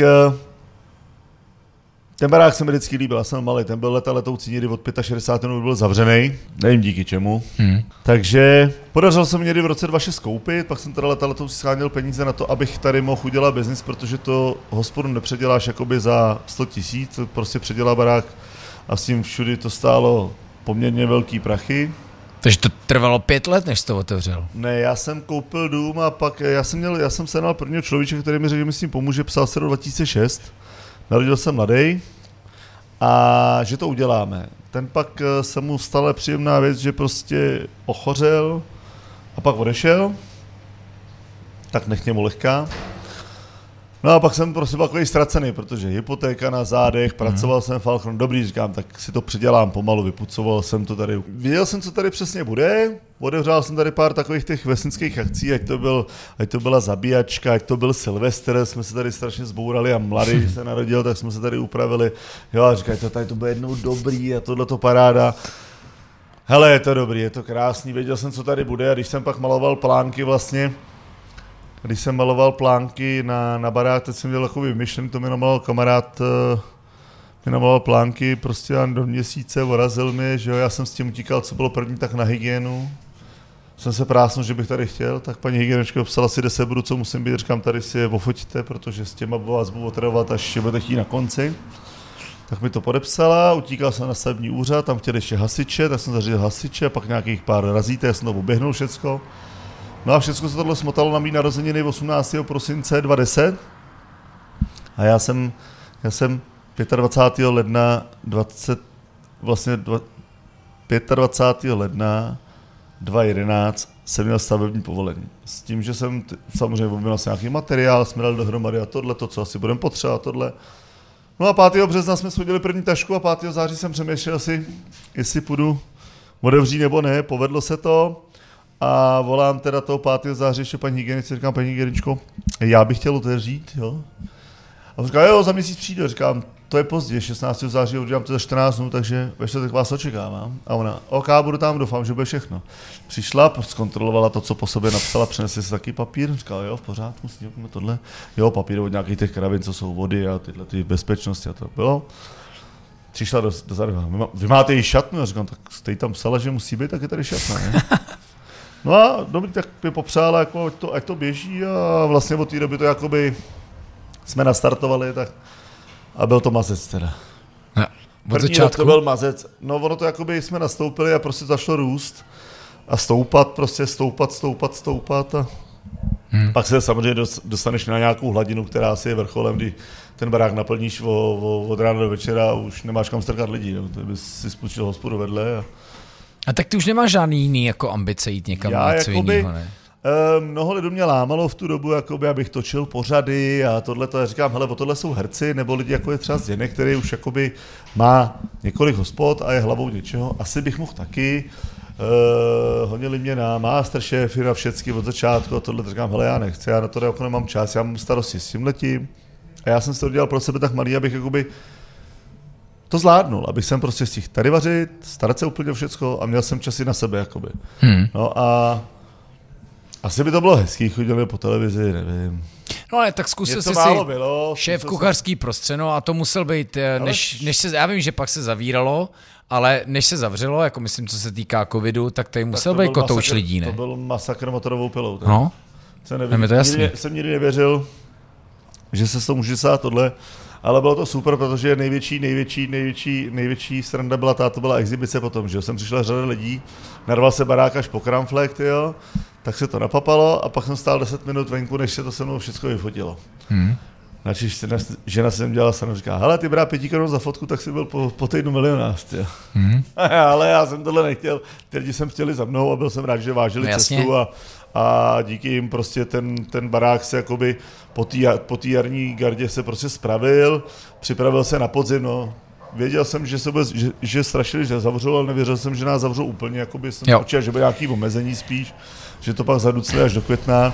ten barák se mi vždycky líbil, já jsem malý, ten byl letoucí někdy od 65. byl zavřený, nevím díky čemu. Takže podařilo se mi někdy v roce 2006 koupit, pak jsem teda letoucí scháněl peníze na to, abych tady mohl udělat biznis, protože to hospodu nepředěláš jakoby za 100 000, prostě předělá barák a s tím všudy to stálo poměrně velký prachy. Takže to trvalo 5 let, než jsi to otevřel? Ne, já jsem koupil dům a pak já jsem sehnal prvního člověka, který mi řekl, že mi s tím pomůže, psal se do 2006. Narodil jsem mladý a že to uděláme. Ten pak se mu stala příjemná věc, že prostě ochořel a pak odešel, tak nech němu lehká. No a pak jsem prostě byl takový ztracený, protože hypotéka na zádech, pracoval jsem Falcon, dobrý, říkám, tak si to předělám pomalu, vypucoval jsem to tady. Věděl jsem, co tady přesně bude, odevřál jsem tady pár takových těch vesnických akcí, ať to byla zabíjačka, ať to byl Silvestr, jsme se tady strašně zbourali a mladý se narodil, tak jsme se tady upravili. Jo, a říkají, tady to bude jednou dobrý a tohle to paráda. Hele, je to dobrý, je to krásný, věděl jsem, co tady bude a když jsem pak maloval plánky vlastně, když jsem maloval plánky na barák, teď jsem měl takový vymyšlený, to mi namaloval kamarád, mi namaloval plánky prostě do měsíce, vorazil mi, že jo, já jsem s tím utíkal, co bylo první, tak na hygienu. Jsem se prásnul, že bych tady chtěl, tak paní hygienička psala si, kde se budu, co musím být, říkám, tady si je ofoťte, protože s těma vás budu otravovat, až budete chtít na konci. Tak mi to podepsala, utíkal jsem na stavební úřad, tam chtěli ještě hasiče, tak jsem zařídil hasiče, pak nějakých pár razítek, já jsem to oběhnul všecko. No a všechno se tohle smotalo na mý narozeniny 18. prosince 2010 a já jsem 25. ledna 2011 jsem měl stavební povolení. S tím, že jsem samozřejmě objednal nějaký materiál, jsme dali dohromady a tohle, to, co asi budeme potřebovat, tohle. No a 5. března jsme shodili první tašku a 5. září jsem přemýšlel si, jestli půjdu otevřít nebo ne, povedlo se to. A volám teda toho 5. září ještě paní hygienice, říkám, paní hygieničko, já bych chtěl otevřít, jo. A on říká, jo, za měsíc přijde, říkám, to je pozdě, 16. září, udělám to za 14 dnů, takže ve čtvrtek vás očekávám. A ona, OK, budu tam, doufám, že bude všechno. Přišla, zkontrolovala to, co po sobě napsala, přinesla si taky papír, říkala, jo, v pořádku, snížíme tohle. Jo, papír od nějakých těch kravin, co jsou vody a tyhle ty bezpečnosti a to bylo. Přišla do zároveň, vy máte i šatnu? Já říkám, tak jste tam psala, že musí být, tak je tady šatna, ne? No a dobrý, tak mě popřála, jako, ať to běží a vlastně od té doby to jakoby jsme nastartovali, tak a byl to mazec teda. Ja, První rok to byl mazec, no ono to jakoby jsme nastoupili a prostě zašlo růst a stoupat a pak se samozřejmě dostaneš na nějakou hladinu, která asi je vrcholem, kdy ten barák naplníš od rána do večera a už nemáš kam strkat lidi, no, to bys si spustil hospodu vedle. A tak ty už nemáš žádný jiný jako ambice jít někam něco jiného, ne? Mnoho lidí mě lámalo v tu dobu, jakoby, abych točil pořady a tohle to. Já říkám, hele, o tohle jsou herci, nebo lidi, jako je třeba Zdeněk, který už jakoby má několik hospod a je hlavou něčeho. Asi bych mohl taky. Honili mě na Masterchef, na všecky od začátku a tohle. Říkám, hele, já nechci, já na to jako nemám čas, já mám starosti s tímhletím. A já jsem si to dělal pro sebe tak malý, abych jakoby to zvládnul, abych jsem prostě stihl tady vařit, starat se úplně o všecko a měl jsem čas i na sebe, jakoby. No a Asi by to bylo hezký, chodili po televizi, nevím. No ale tak zkusil jsi si šéf kuchařský prostřeno a to musel být, než se, já vím, že pak se zavíralo, ale než se zavřelo, jako myslím, co se týká covidu, tak tady musel být kotouč lidí, ne? To byl masakr motorovou pilou. No, je to jasný. Jsem nikdy nevěřil, že se s toho může stát tohle, ale bylo to super, protože největší sranda byla to byla exibice potom, že jsem přišla řada lidí, narval se barák až po kramflek, jo, tak se to napapalo a pak jsem stál 10 minut venku, než se to se mnou všechno vyfotilo. Načež žena se dělala stranu, říká, hele, ty brá 5 korun za fotku, tak si byl po týdnu milionář, jo. Ale já jsem tohle nechtěl, ty lidi jsem chtěli za mnou a byl jsem rád, že vážili cestu a díky jim prostě ten barák se jakoby po té jarní gardě se prostě spravil, připravil se na podzim, no. Věděl jsem, že strašili, že zavřou, ale nevěřil jsem, že nás zavřou úplně, jakoby jsem počítal, že bude nějaký omezení spíš, že to pak zaducli až do května,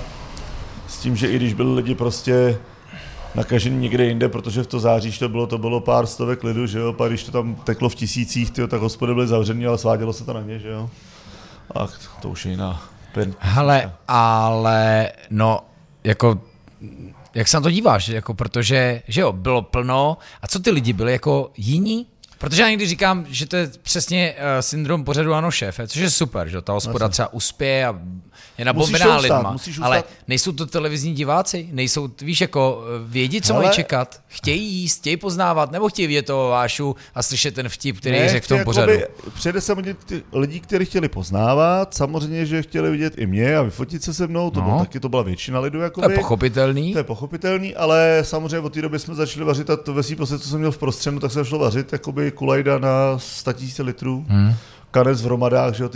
s tím, že i když byli lidi prostě nakažení někde jinde, protože v to září to bylo pár stovek lidu, že jo, pak když to tam teklo v tisících, tyjo, tak hospody byly zavřený, ale svádělo se to na ně, že jo. A to už je jiná. Hele, ale no, jako, jak se na to díváš, jako, protože, že jo, bylo plno, a co ty lidi byli jako jiní? Protože já někdy říkám, že to je přesně syndrom pořadu Ano šéfe, což je super, že ta hospoda třeba uspěje a je nabombená lidma, ale nejsou to televizní diváci, nejsou, víš, jako vědí, co mají čekat, chtějí jíst, chtějí poznávat, nebo chtějí vidět toho Vášu a slyšet ten vtip, který řekl v tom pořadu. Přijde se lidí, kteří chtěli poznávat, samozřejmě, že chtěli vidět i mě a vyfotit se se mnou, to byla většina lidu. Jakoby. To je pochopitelný. Ale samozřejmě od té doby jsme začali vařit a to vesí prostě, co jsem měl v prostředu, tak se šlo vařit, jakoby kulajda na 100 000 litrů. Kanec v hromadách, že jo,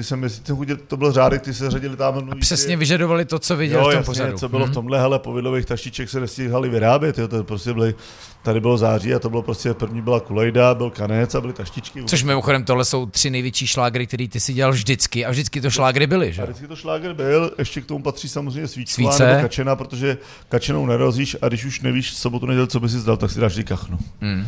to byl řádek, ty se řadili tam. A přesně vyžadovali to, co viděl v tom pořadu. Co bylo v tomhle, hele, povidlových taštiček se nestíhali vyrábět, jo, to prostě tady bylo září a to bylo prostě, první byla kulejda, byl kanec a byly taštičky. Což mimochodem tohle jsou 3 největší šlágry, který ty si dělal vždycky a vždycky to šlágry byly, že? A vždycky to šlágr byl, ještě k tomu patří samozřejmě svíčková nebo kačena, protože kačenou nerozíš a když už nevíš sobotu, neděli, co by si zdal, tak si dáš vždy kachnu.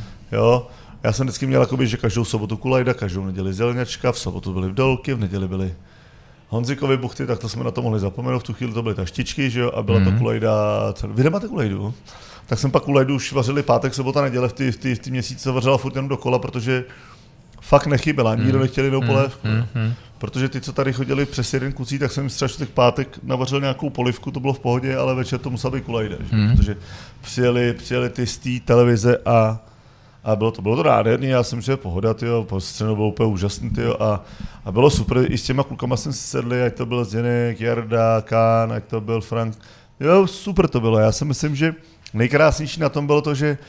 Jo. Já jsem vždycky měl jakoby, že každou sobotu kulajda, každou neděli zelňačka, v sobotu byly vdolky, v neděli byly Honzikovy buchty, tak to jsme na to mohli zapomenout, v tu chvíli to byly taštičky, že jo, a byla to kulajda, vy nemáte kulajdu? Tak jsem pak kulajdu už vařili pátek, sobota, neděle, v ty měsíce se vařila furt jenom dokola, protože fakt nechyběla, nikdo nechtěl jinou polévku. Protože ty, co tady chodili přes jeden kucí, tak jsem jim třeba pátek navařil nějakou polivku, to bylo v pohodě, ale večer to musela být kulajda, protože přijeli ty z té televize a bylo to nádherný, já jsem si pohoda, tyjo, postřeno bylo úplně úžasný, tyjo, a bylo super, i s těma klukama jsem si sedli, ať to byl Zdeněk, Jarda, Kán, ať to byl Frank, jo, super to bylo, já si myslím, že nejkrásnější na tom bylo to, že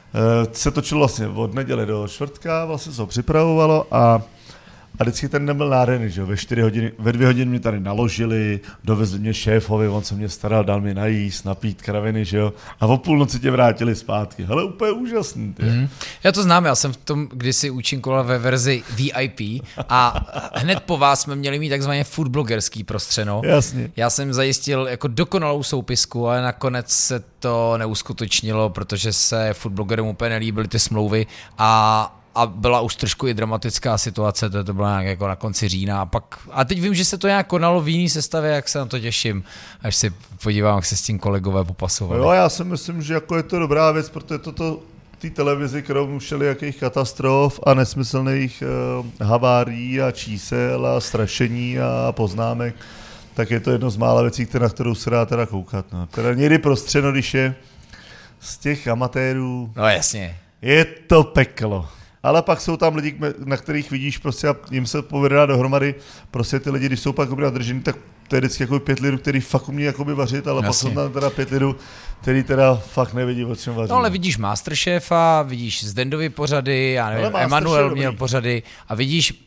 se točilo vlastně od neděle do čtvrtka, vlastně se ho připravovalo a vždycky ten den byl nádherný, že jo, ve 2 hodiny mě tady naložili, dovezli mě šéfovi, on se mě staral, dal mi najíst, napít kraviny, že jo, a o půlnoci tě vrátili zpátky, hele, úplně úžasný. Já to znám, já jsem v tom kdysi účinkoval ve verzi VIP a hned po vás jsme měli mít takzvaně foodblogerský prostřeno. Jasně. Já jsem zajistil jako dokonalou soupisku, ale nakonec se to neuskutečnilo, protože se foodblogerům úplně nelíbily ty smlouvy a byla už trošku i dramatická situace, to bylo nějak jako na konci října a teď vím, že se to nějak konalo v jiný sestavě, jak se na to těším, až si podívám, jak se s tím kolegové popasovali. Jo, já si myslím, že jako je to dobrá věc, protože ty televizi, kterou všelijakých katastrof a nesmyslných havárií a čísel a strašení a poznámek, tak je to jedno z mála věcí, na kterou se dá teda koukat. No. Teda někdy prostřeno, když je z těch amatérů. No jasně. Je to peklo. Ale pak jsou tam lidi, na kterých vidíš prostě a jim se povede dát dohromady. Prostě ty lidi, když jsou pak nadržení, tak to je vždycky jako 5 lidů, který fakt umí jakoby vařit, ale pak jsou tam teda 5 lidů, který teda fakt nevidí, o čem vaří. No ale vidíš Masterchefa, vidíš Zdendovy pořady, já nevím, Emanuel měl pořady a vidíš,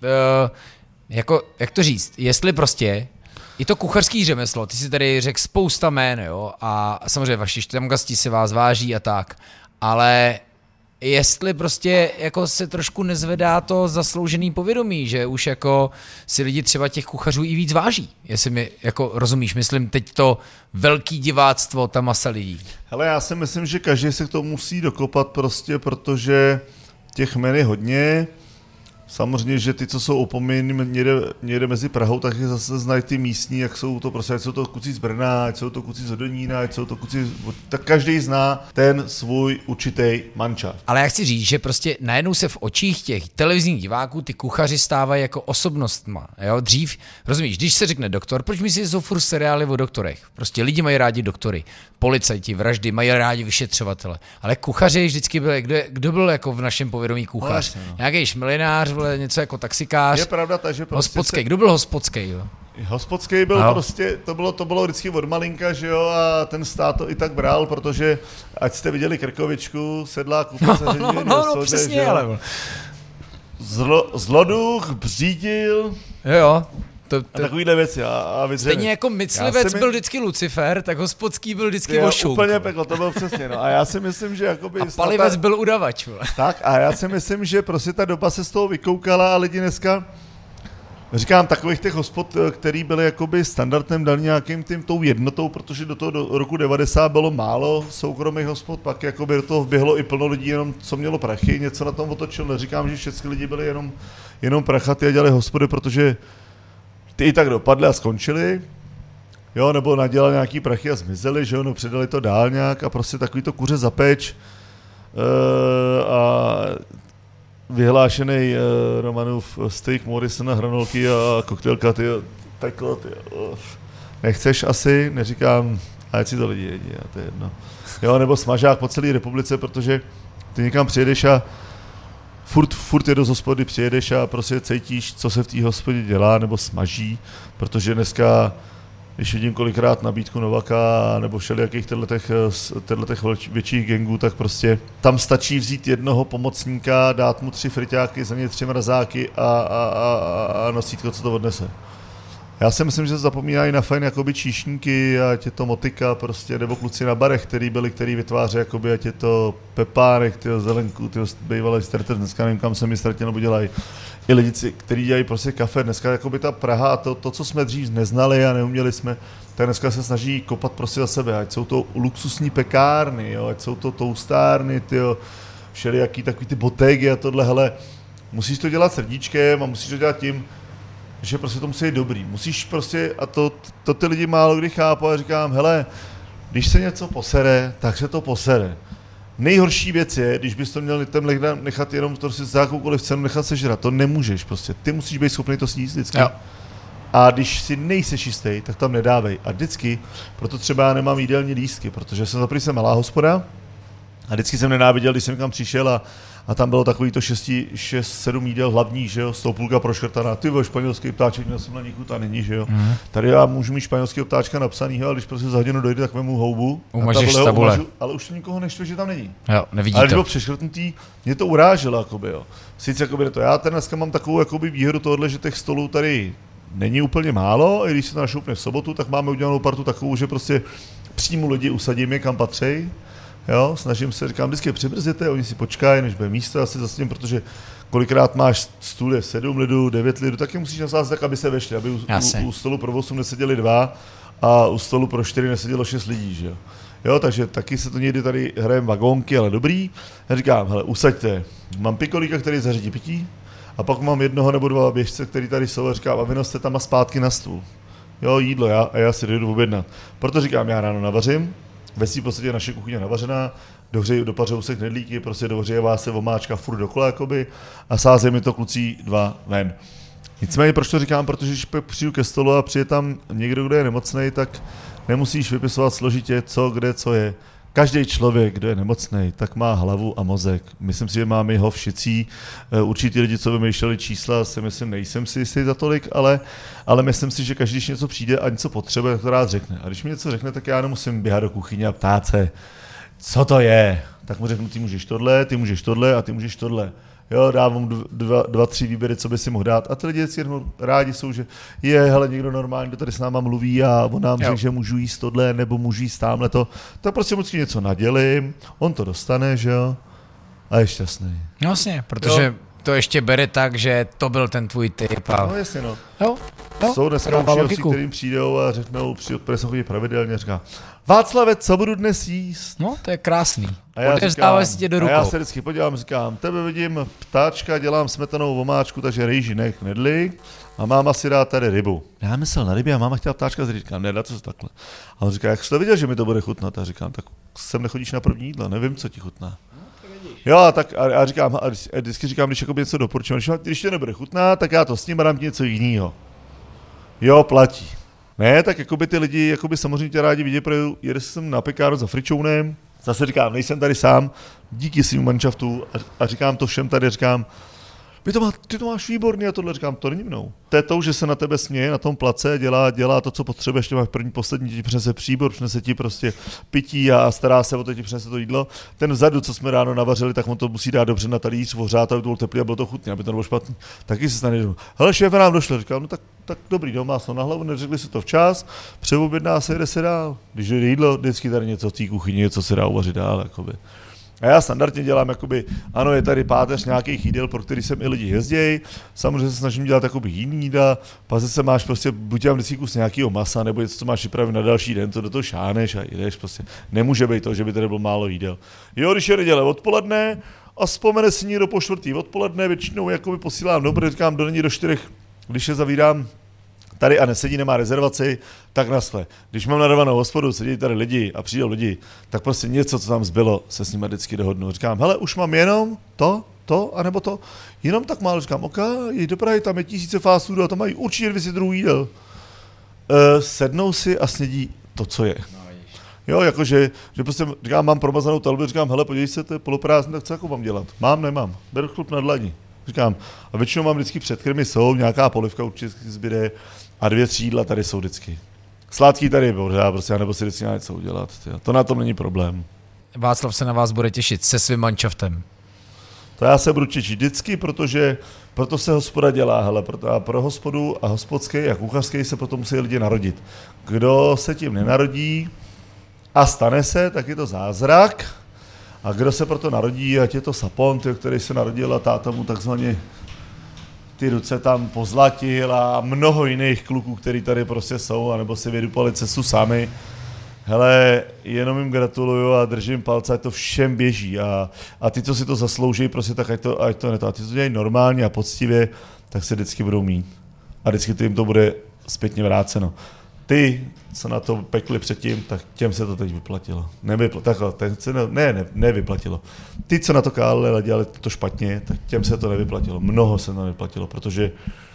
jako, jak to říct, jestli prostě je to kuchařský řemeslo, ty si tady řekl spousta jmén, jo, a samozřejmě vaši štamgasti si vás váží a tak, ale jestli prostě jako se trošku nezvedá to zasloužený povědomí, že už jako si lidi třeba těch kuchařů i víc váží, jestli mi jako rozumíš, myslím teď to velký diváctvo, ta masa lidí. Hele, já si myslím, že každý se k tomu musí dokopat prostě, protože těch jmen je hodně, Samozřejmě, že ty, co jsou opomíjeni někde mezi Prahou, tak je zase znají ty místní, jak jsou to prostě, ať jsou to kluci z Brna, ať jsou to kluci z Hodonína, ať jsou to kluci, tak každý zná ten svůj určitý manča. Ale já chci říct, že prostě najednou se v očích těch televizních diváků ty kuchaři stávají jako osobnostma. Jo? Dřív, rozumíš, když se řekne doktor, proč myslíš, že jsou furt seriály o doktorech? Prostě lidi mají rádi doktory, policajti, vraždy, mají rádi vyšetřovatele. Ale kuchaři vždycky byli, kdo byl jako v našem povědomí kuchař? No. Nějaký šmelinář, něco jako taxikář. Je pravda, takže prostě hospodský. Kdo byl hospodský? Jo? Hospodský byl prostě, to bylo vždycky od malinka, že jo, a ten stát to i tak bral, protože ať jste viděli Krkovičku, sedlák, upasaření, přesně, ale zloduch, břídil. Jo. A takovýhle věci. A stejně jako myslivec byl vždycky Lucifer, tak hospodský byl vždycky Vošouk. Úplně peklo, to bylo přesně. No. A já si myslím, že jakoby... A palivec byl udavač. Tak a já si myslím, že prostě ta doba se z toho vykoukala a lidi dneska, říkám, takových těch hospod, který byly jakoby standardem daný nějakým tou jednotou, protože do toho do roku 90 bylo málo soukromých hospod, pak jakoby do toho vběhlo i plno lidí, jenom co mělo prachy, něco na tom otočil. Neříkám, že všechny lidi byli jenom prachatý a dělali hospody, protože ty i tak dopadly a skončili, jo, nebo nadělali nějaký prachy a zmizeli, že jo, no předali to dál nějak a prostě takový to kuře zapeč a vyhlášený Romanův steak Morrison a hranolky a koktejlka, ty takhle, ty nechceš asi, neříkám, ať si to lidi jedí, a to je jedno. Jo, nebo smažák po celé republice, protože ty někam přijedeš a furt je do hospody, přijedeš a prostě cítíš, co se v té hospodě dělá nebo smaží, protože dneska, když vidím kolikrát nabídku Novaka nebo všelijakých těchto větších gangů, tak prostě tam stačí vzít jednoho pomocníka, dát mu 3 friťáky, za ně 3 mrazáky a nosítko, co to odnese. Já si myslím, že zapomínají na fajn jakoby číšníky, ať je to motika prostě, nebo kluci na barech, který vytváří jakoby, ať je to Pepárek, tyho Zelenku, tyho bývalý starter, dneska nevím, kam se mi ztratil, nebo dělají i lidi, kteří dělají prostě kafe, dneska jakoby ta Praha a to, co jsme dřív neznali a neuměli jsme, tak dneska se snaží kopat prostě za sebe, ať jsou to luxusní pekárny, jo, ať jsou to toustárny, tyjo, všelijaký takový ty botégy a tohle, hele, musíš to dělat srdíčkem a musíš to dělat tím, že prostě to musí být dobrý. Musíš prostě, a to ty lidi málo kdy chápou a říkám, hele, když se něco posere, tak se to posere. Nejhorší věc je, když bys to měl nechat jenom to si za jakoukoliv cenu nechat sežrat. To nemůžeš prostě. Ty musíš být schopný to sníst vždycky. Jo. A když si nejseš jistý, tak tam nedávej. A vždycky, proto třeba já nemám jídelní lístky, protože jsem malá hospoda a vždycky jsem nenáviděl, když jsem tam přišel a tam bylo takový to 6-7 jídel hlavní, že jo, 100 půlka proškrtaná, ty španělský ptáček, měl jsem na nich a není, že jo. Tady já můžu mít španělský ptáčka napsanýho, ale když prostě za hodinu dojde, tak vemu houbu. Umažeš tabule. Ale už to nikoho neštve, že tam není. Jo, nevidí ale to. když bylo přeškrtnutý, mě to uráželo, jakoby, jo. Sice jakoby to, já tady dneska mám takovou jakoby výhodu tohle, že těch stolů tady není úplně málo, i když se to našoupne v sobotu, tak máme udělanou partu takovou, že prostě přijmu lidi, usadím je kam patří. Jo, snažím se, říkám, vždycky přibrzete, oni si počkají, než bude místo, asi zase tím, protože kolikrát máš stůl je 7 lidů, 9 lidů, tak je musíš nasázet tak, aby se vešli, aby u stolu pro 8 neseděli 2 a u stolu pro 4 nesedělo 6 lidí, že jo. Jo, takže taky se to někdy tady hrajeme vagónky, ale dobrý. Já říkám, hele, usaďte, mám pikolíka, který zařídí pití, a pak mám jednoho nebo 2 běžce, který tady jsou, a říkám, a vynoste tam a zpátky na stůl. Jo, jídlo, já si jdu objednat. Proto říkám, já ráno navařím, ve svým podstatě naše kuchyně navařená, dopařou se knedlíky, prostě dohřejevá se omáčka furt dokola, jakoby, a sázej mi to kluci 2 ven. Nicméně, proč to říkám? Protože když přijdu ke stolu a přijde tam někdo, kdo je nemocnej, tak nemusíš vypisovat složitě, co, kde, co je. Každý člověk, kdo je nemocnej, tak má hlavu a mozek. Myslím si, že máme ho všicí. Určitě lidi, co vymýšleli čísla, si myslím, nejsem si jistý za tolik, ale myslím si, že každý, když něco přijde a něco potřebuje, tak to rád řekne. A když mi něco řekne, tak já nemusím běhat do kuchyně a ptát se, co to je. Tak mu řeknu, ty můžeš tohle a ty můžeš tohle. Jo, dávám 2-3 výběry, co by si mohl dát. A ty lidi vždycky rádi jsou, že hele, někdo normální, kdo tady s náma mluví a on nám řekne, že můžu jíst tohle, nebo můžu jíst tamhleto. Tak prostě vždycky něco nadělím, on to dostane, že jo, a je šťastný. Vlastně, protože to ještě bere tak, že to byl ten tvůj typ. A... No jasně, no. Jo. Jsou dneska už hosti, kterým přijdou a řeknou, protože jsem chodí pravidelně a říká, Václave, co budu dnes jíst? No, to je krásný. Odevzdávají si tě do rukou. A já se vždycky podívám, říkám, tebe vidím ptáčka, dělám smetanou omáčku, takže rejži nech nedli a máma si dá tady rybu. Já myslel na ryby a máma chtěla ptáčka zříct. Říkám, ne, co se takhle. A on říká, jak jsi to viděl, že mi to bude chutnat? A říkám, tak sem nechodíš na první jídlo, nevím, co ti chutná. Jo, tak a říkám, a vždycky říkám, když jako něco doporučím, když to nebude chutná, tak já to s ním dám něco jiného. Jo, platí. Ne, tak jakoby ty lidi jakoby samozřejmě tě rádi vidí, protože jede jsem na pekárnu za fričounem, zase říkám, nejsem tady sám, díky svým manšaftu a říkám to všem tady, říkám, ty to máš výborný a tohle, říkám, to není mnou. To je to, že se na tebe směje, na tom place, dělá to, co potřebuješ, ty máš první, poslední, ti přinese příbor, přinese ti prostě pití a stará se o to, ti přinese to jídlo. Ten vzadu, co jsme ráno navařili, tak on to musí dát dobře na talíř, ohřát, aby to bylo teplý a bylo to chutné, aby to nebylo špatný. Taky se stane, hele, šéfe nám došlo, říkám, no tak dobrý, doma jsou na hlavu, neřekli si to včas, přeobjedná se, jde se dál. Když jde jídlo, vždycky tady něco v té kuchyni, něco se dá uvařit dál, jakoby. A já standardně dělám, jakoby, ano, je tady páteř nějakých jídel, pro který sem i lidi jezdějí, samozřejmě se snažím dělat jakoby jiný jídla, pak se máš prostě, buď mám vždycky kus nějakého masa, nebo něco, co máš připravit na další den, to do toho šáneš a jdeš, prostě nemůže být to, že by tady bylo málo jídel. Jo, když je neděle odpoledne a vzpomene si někdo po 4. odpoledne, většinou jakoby posílám dobře, říkám, do není do 4, když je zavírám tady a nesedí, nemá rezervaci, tak nasle. Když mám narvanou hospodu, sedí tady lidi a přijdou lidi, tak prostě něco, co tam zbylo, se s nimi vždycky dohodnu. Říkám, hele, už mám jenom to, anebo to, jenom tak málo. Říkám, ok, jdi do Prahy, tam je 1000 fast foodů a tam mají určitě 200 druhů jídel. Sednou si a snědí to, co je. Jo, jakože, že prostě říkám, mám promazanou talbu, říkám, hele, podívej se, to je poloprázdný, tak co jako mám dělat? Mám, nemám, beru chlup na dlani. Říkám, a většinou mám vždycky předkrmy jsou, nějaká polivka určitě zbyde a 2-3 jídla tady jsou vždycky. Sladký tady je pořád, prostě, nebo si vždycky něco udělat. Tě. To na tom není problém. Václav se na vás bude těšit se svým manšaftem. To já se budu těšit vždycky, protože proto se hospoda dělá, hele, pro hospodu a hospodský a kuchařský se proto musí lidi narodit. Kdo se tím nenarodí a stane se, tak je to zázrak. A kdo se proto narodí, ať je to Sapon, který se narodil a táta mu takzvaně ty ruce tam pozlatil a mnoho jiných kluků, který tady prostě jsou, anebo si vydupali cestu sami. Hele, jenom jim gratuluju a držím palce, ať to všem běží a ty, co si to zaslouží, prostě tak ať to netá. Ty, co dělají normálně a poctivě, tak se vždycky budou mít. A vždycky to jim to bude zpětně vráceno. Ty, co na to pekli předtím, tak těm se to teď vyplatilo. Nevyplatilo. Ty, co na to káleli a dělali to špatně, tak těm se to nevyplatilo. Mnoho se to nevyplatilo, protože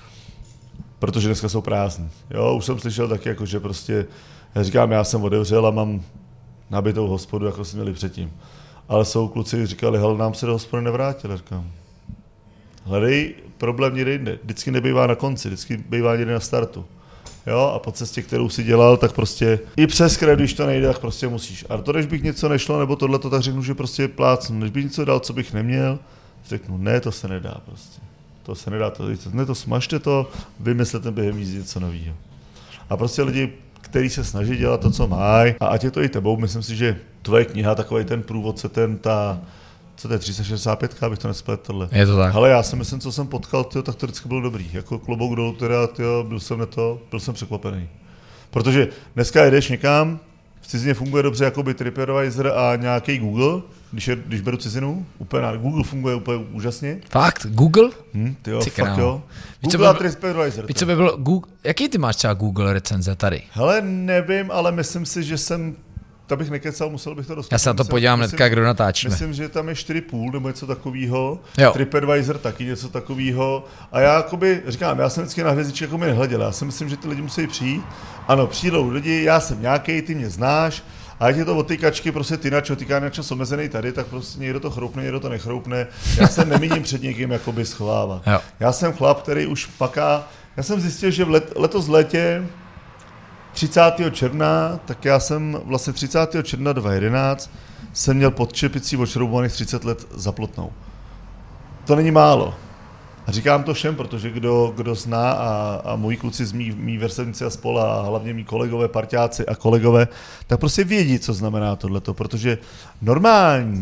dneska jsou prázdní. Jo, už jsem slyšel taky, jako, že prostě, já říkám, já jsem otevřel a mám nabitou hospodu, jako jsme měli předtím. Ale jsou kluci, říkali, hele, nám se do hospody nevrátili. Říkám, hledej problém někde jinde. Vždycky nebývá na konci, vždycky bývá někde na startu. Jo, a po cestě, kterou si dělal, tak prostě i přes krev, když to nejde, tak prostě musíš. A to, když bych něco nešlo, nebo tohleto, tak řeknu, že prostě plácnu. Než bych něco dal, co bych neměl, řeknu, ne, to se nedá prostě. To se nedá, to smažte to, vymyslete během jízdy něco nového. A prostě lidi, kteří se snaží dělat to, co mají, a ať je to i tebou, myslím si, že tvoje kniha, takový ten průvodce, co to je 365, abych to nespletl tohle. Je to tak. Ale já si myslím, co jsem potkal, tak to vždycky bylo dobrý. Jako klobouk dolů, byl jsem překvapený. Protože dneska jedeš někam, v cizině funguje dobře jakoby TripAdvisor a nějaký Google, když beru cizinu, Google funguje úplně úžasně. Fakt? Google? Fakt jo. Google a TripAdvisor. Víš, co by bylo Google, jaký ty máš třeba Google recenze tady? Hele, nevím, ale myslím si, že to bych nekecal, musel bych to dostat. Já se na to podívám hnedka, kdo natáčíme. Myslím, že tam je 4,5 nebo něco takového. Jo. TripAdvisor taky něco takového. A já jakoby, říkám, já jsem vždycky na hvězdičky jako mi nehleděl. Já si myslím, že ty lidi musí přijít. Ano, přijdou lidi, já jsem nějaký, ty mě znáš. A ať je to od ty kačky, prostě ty načas omezený tady, tak prostě někdo to chroupne, někdo to nechroupne. Já se nemíním před někým jakoby schovávat. Jo. Já jsem chlap, který už maká. Já jsem zjistil, že letos v létě 30. června, tak já jsem vlastně 30. června 2011 jsem měl pod čepicí odšroubovaných 30 let za Plotnou. To není málo. A říkám to všem, protože kdo zná a moji kluci z mý vrstevnice a spol a hlavně mý kolegové, parťáci a kolegové, tak prostě vědí, co znamená tohleto, protože normální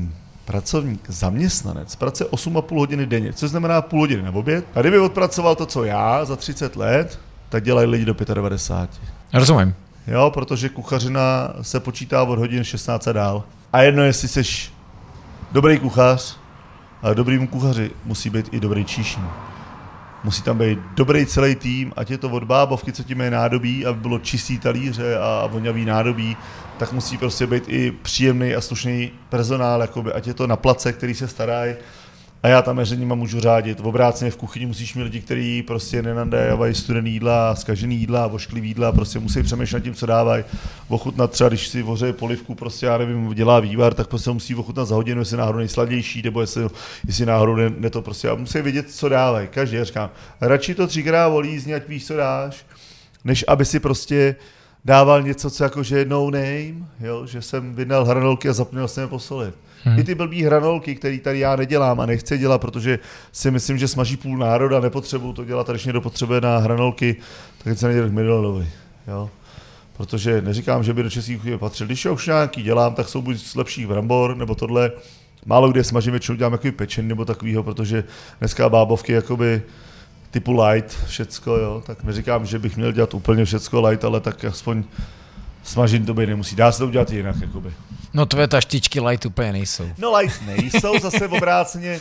pracovník, zaměstnanec, pracuje 8,5 hodiny denně, což znamená půl hodiny na oběd. A kdyby odpracoval to, co já, za 30 let, tak dělají lidi do 95. Rozumím. Jo, protože kuchařina se počítá od hodin 16 a dál. A jedno, jestli jsi dobrý kuchař, ale dobrýmu kuchaři musí být i dobrý číšník. Musí tam být dobrý celý tým, ať je to od bábovky, co ti mají nádobí, aby bylo čistý talíře a vonavý nádobí, tak musí prostě být i příjemný a slušný personál, jakoby, ať je to na place, který se starají. A já tam mezi nima můžu řádit. V obráceně v kuchyni musíš mít lidi, kteří prostě nenandají studený jídla, zkažený jídla, vošklivý jídla, prostě musí přemýšlet tím, co dávají. Ochutnat třeba, když si vořeje polivku, prostě já nevím, dělá vývar, tak prostě musí ochutnat za hodinu, jestli náhodou nejsladnější, nebo jestli náhodou ne to prostě. A musí vědět, co dávají. Každý, já říkám, radši to 3krát volízni, ať víš, co dáš, než aby si prostě dával něco, co jakože no name, jo? Že jsem vydal hranolky a zapomněl jsem je posolit. I ty blbý hranolky, který tady já nedělám a nechci dělat, protože si myslím, že smaží půl národa, nepotřebuju to dělat, a když někdo potřebuje na hranolky, tak se nedělá k Midolanovi, jo. Protože neříkám, že by do českých kuchyně patřil. Když už nějaký dělám, tak jsou buď z lepších brambor, nebo tohle. Málo kde smažím, většinou dělám jako pečen nebo takovýho, protože dneska bábovky jakoby typu light, všecko, jo. Tak neříkám, že bych měl dělat úplně všecko light, ale tak aspoň smažit to by nemusí. Dá se to udělat jinak, jakoby. No tvoje taštičky light úplně nejsou. No light nejsou, zase obráceně.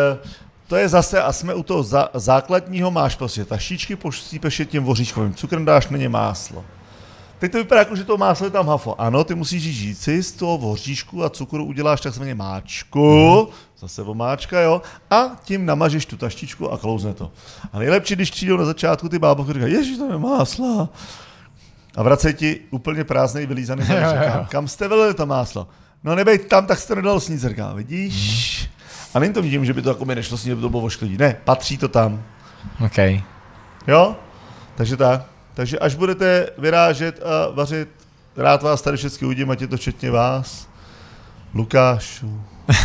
To je zase, a jsme u toho základního, máš prostě taštičky, posýpeš je tím voříškovým cukrem, dáš na ně máslo. Teď to vypadá jako, že to máslo je tam hafo. Ano, ty musíš říct si, z toho voříšku a cukru uděláš takzvaně máčku, zase omáčka, jo, a tím namažeš tu taštičku a klouzne to. A nejlepší, když přijdou na začátku ty bábovky, říkají, ježiš, to je másla. A vracej ti úplně prázdnej, vylízaný. Kam jste vylili to máslo? No nebejt tam, tak jste nedal sníst, říká, vidíš? A není to tím, že by to jako mi nešlo sníst, by to bylo vošklivý. Ne, patří to tam. OK. Jo? Takže tak. Takže až budete vyrážet a vařit, rád vás tady všechny uvidím, ať je to včetně vás, Lukášů,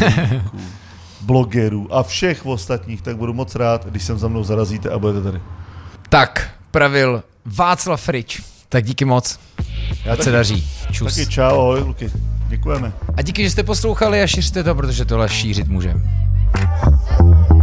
blogerů a všech ostatních, tak budu moc rád, když sem za mnou zarazíte a budete tady. Tak, pravil Václav Fridge. Tak díky moc. Ať se daří. Čus. Taky čau, ahoj, Luky. Děkujeme. A díky, že jste poslouchali a šířte to, protože tohle šířit můžeme.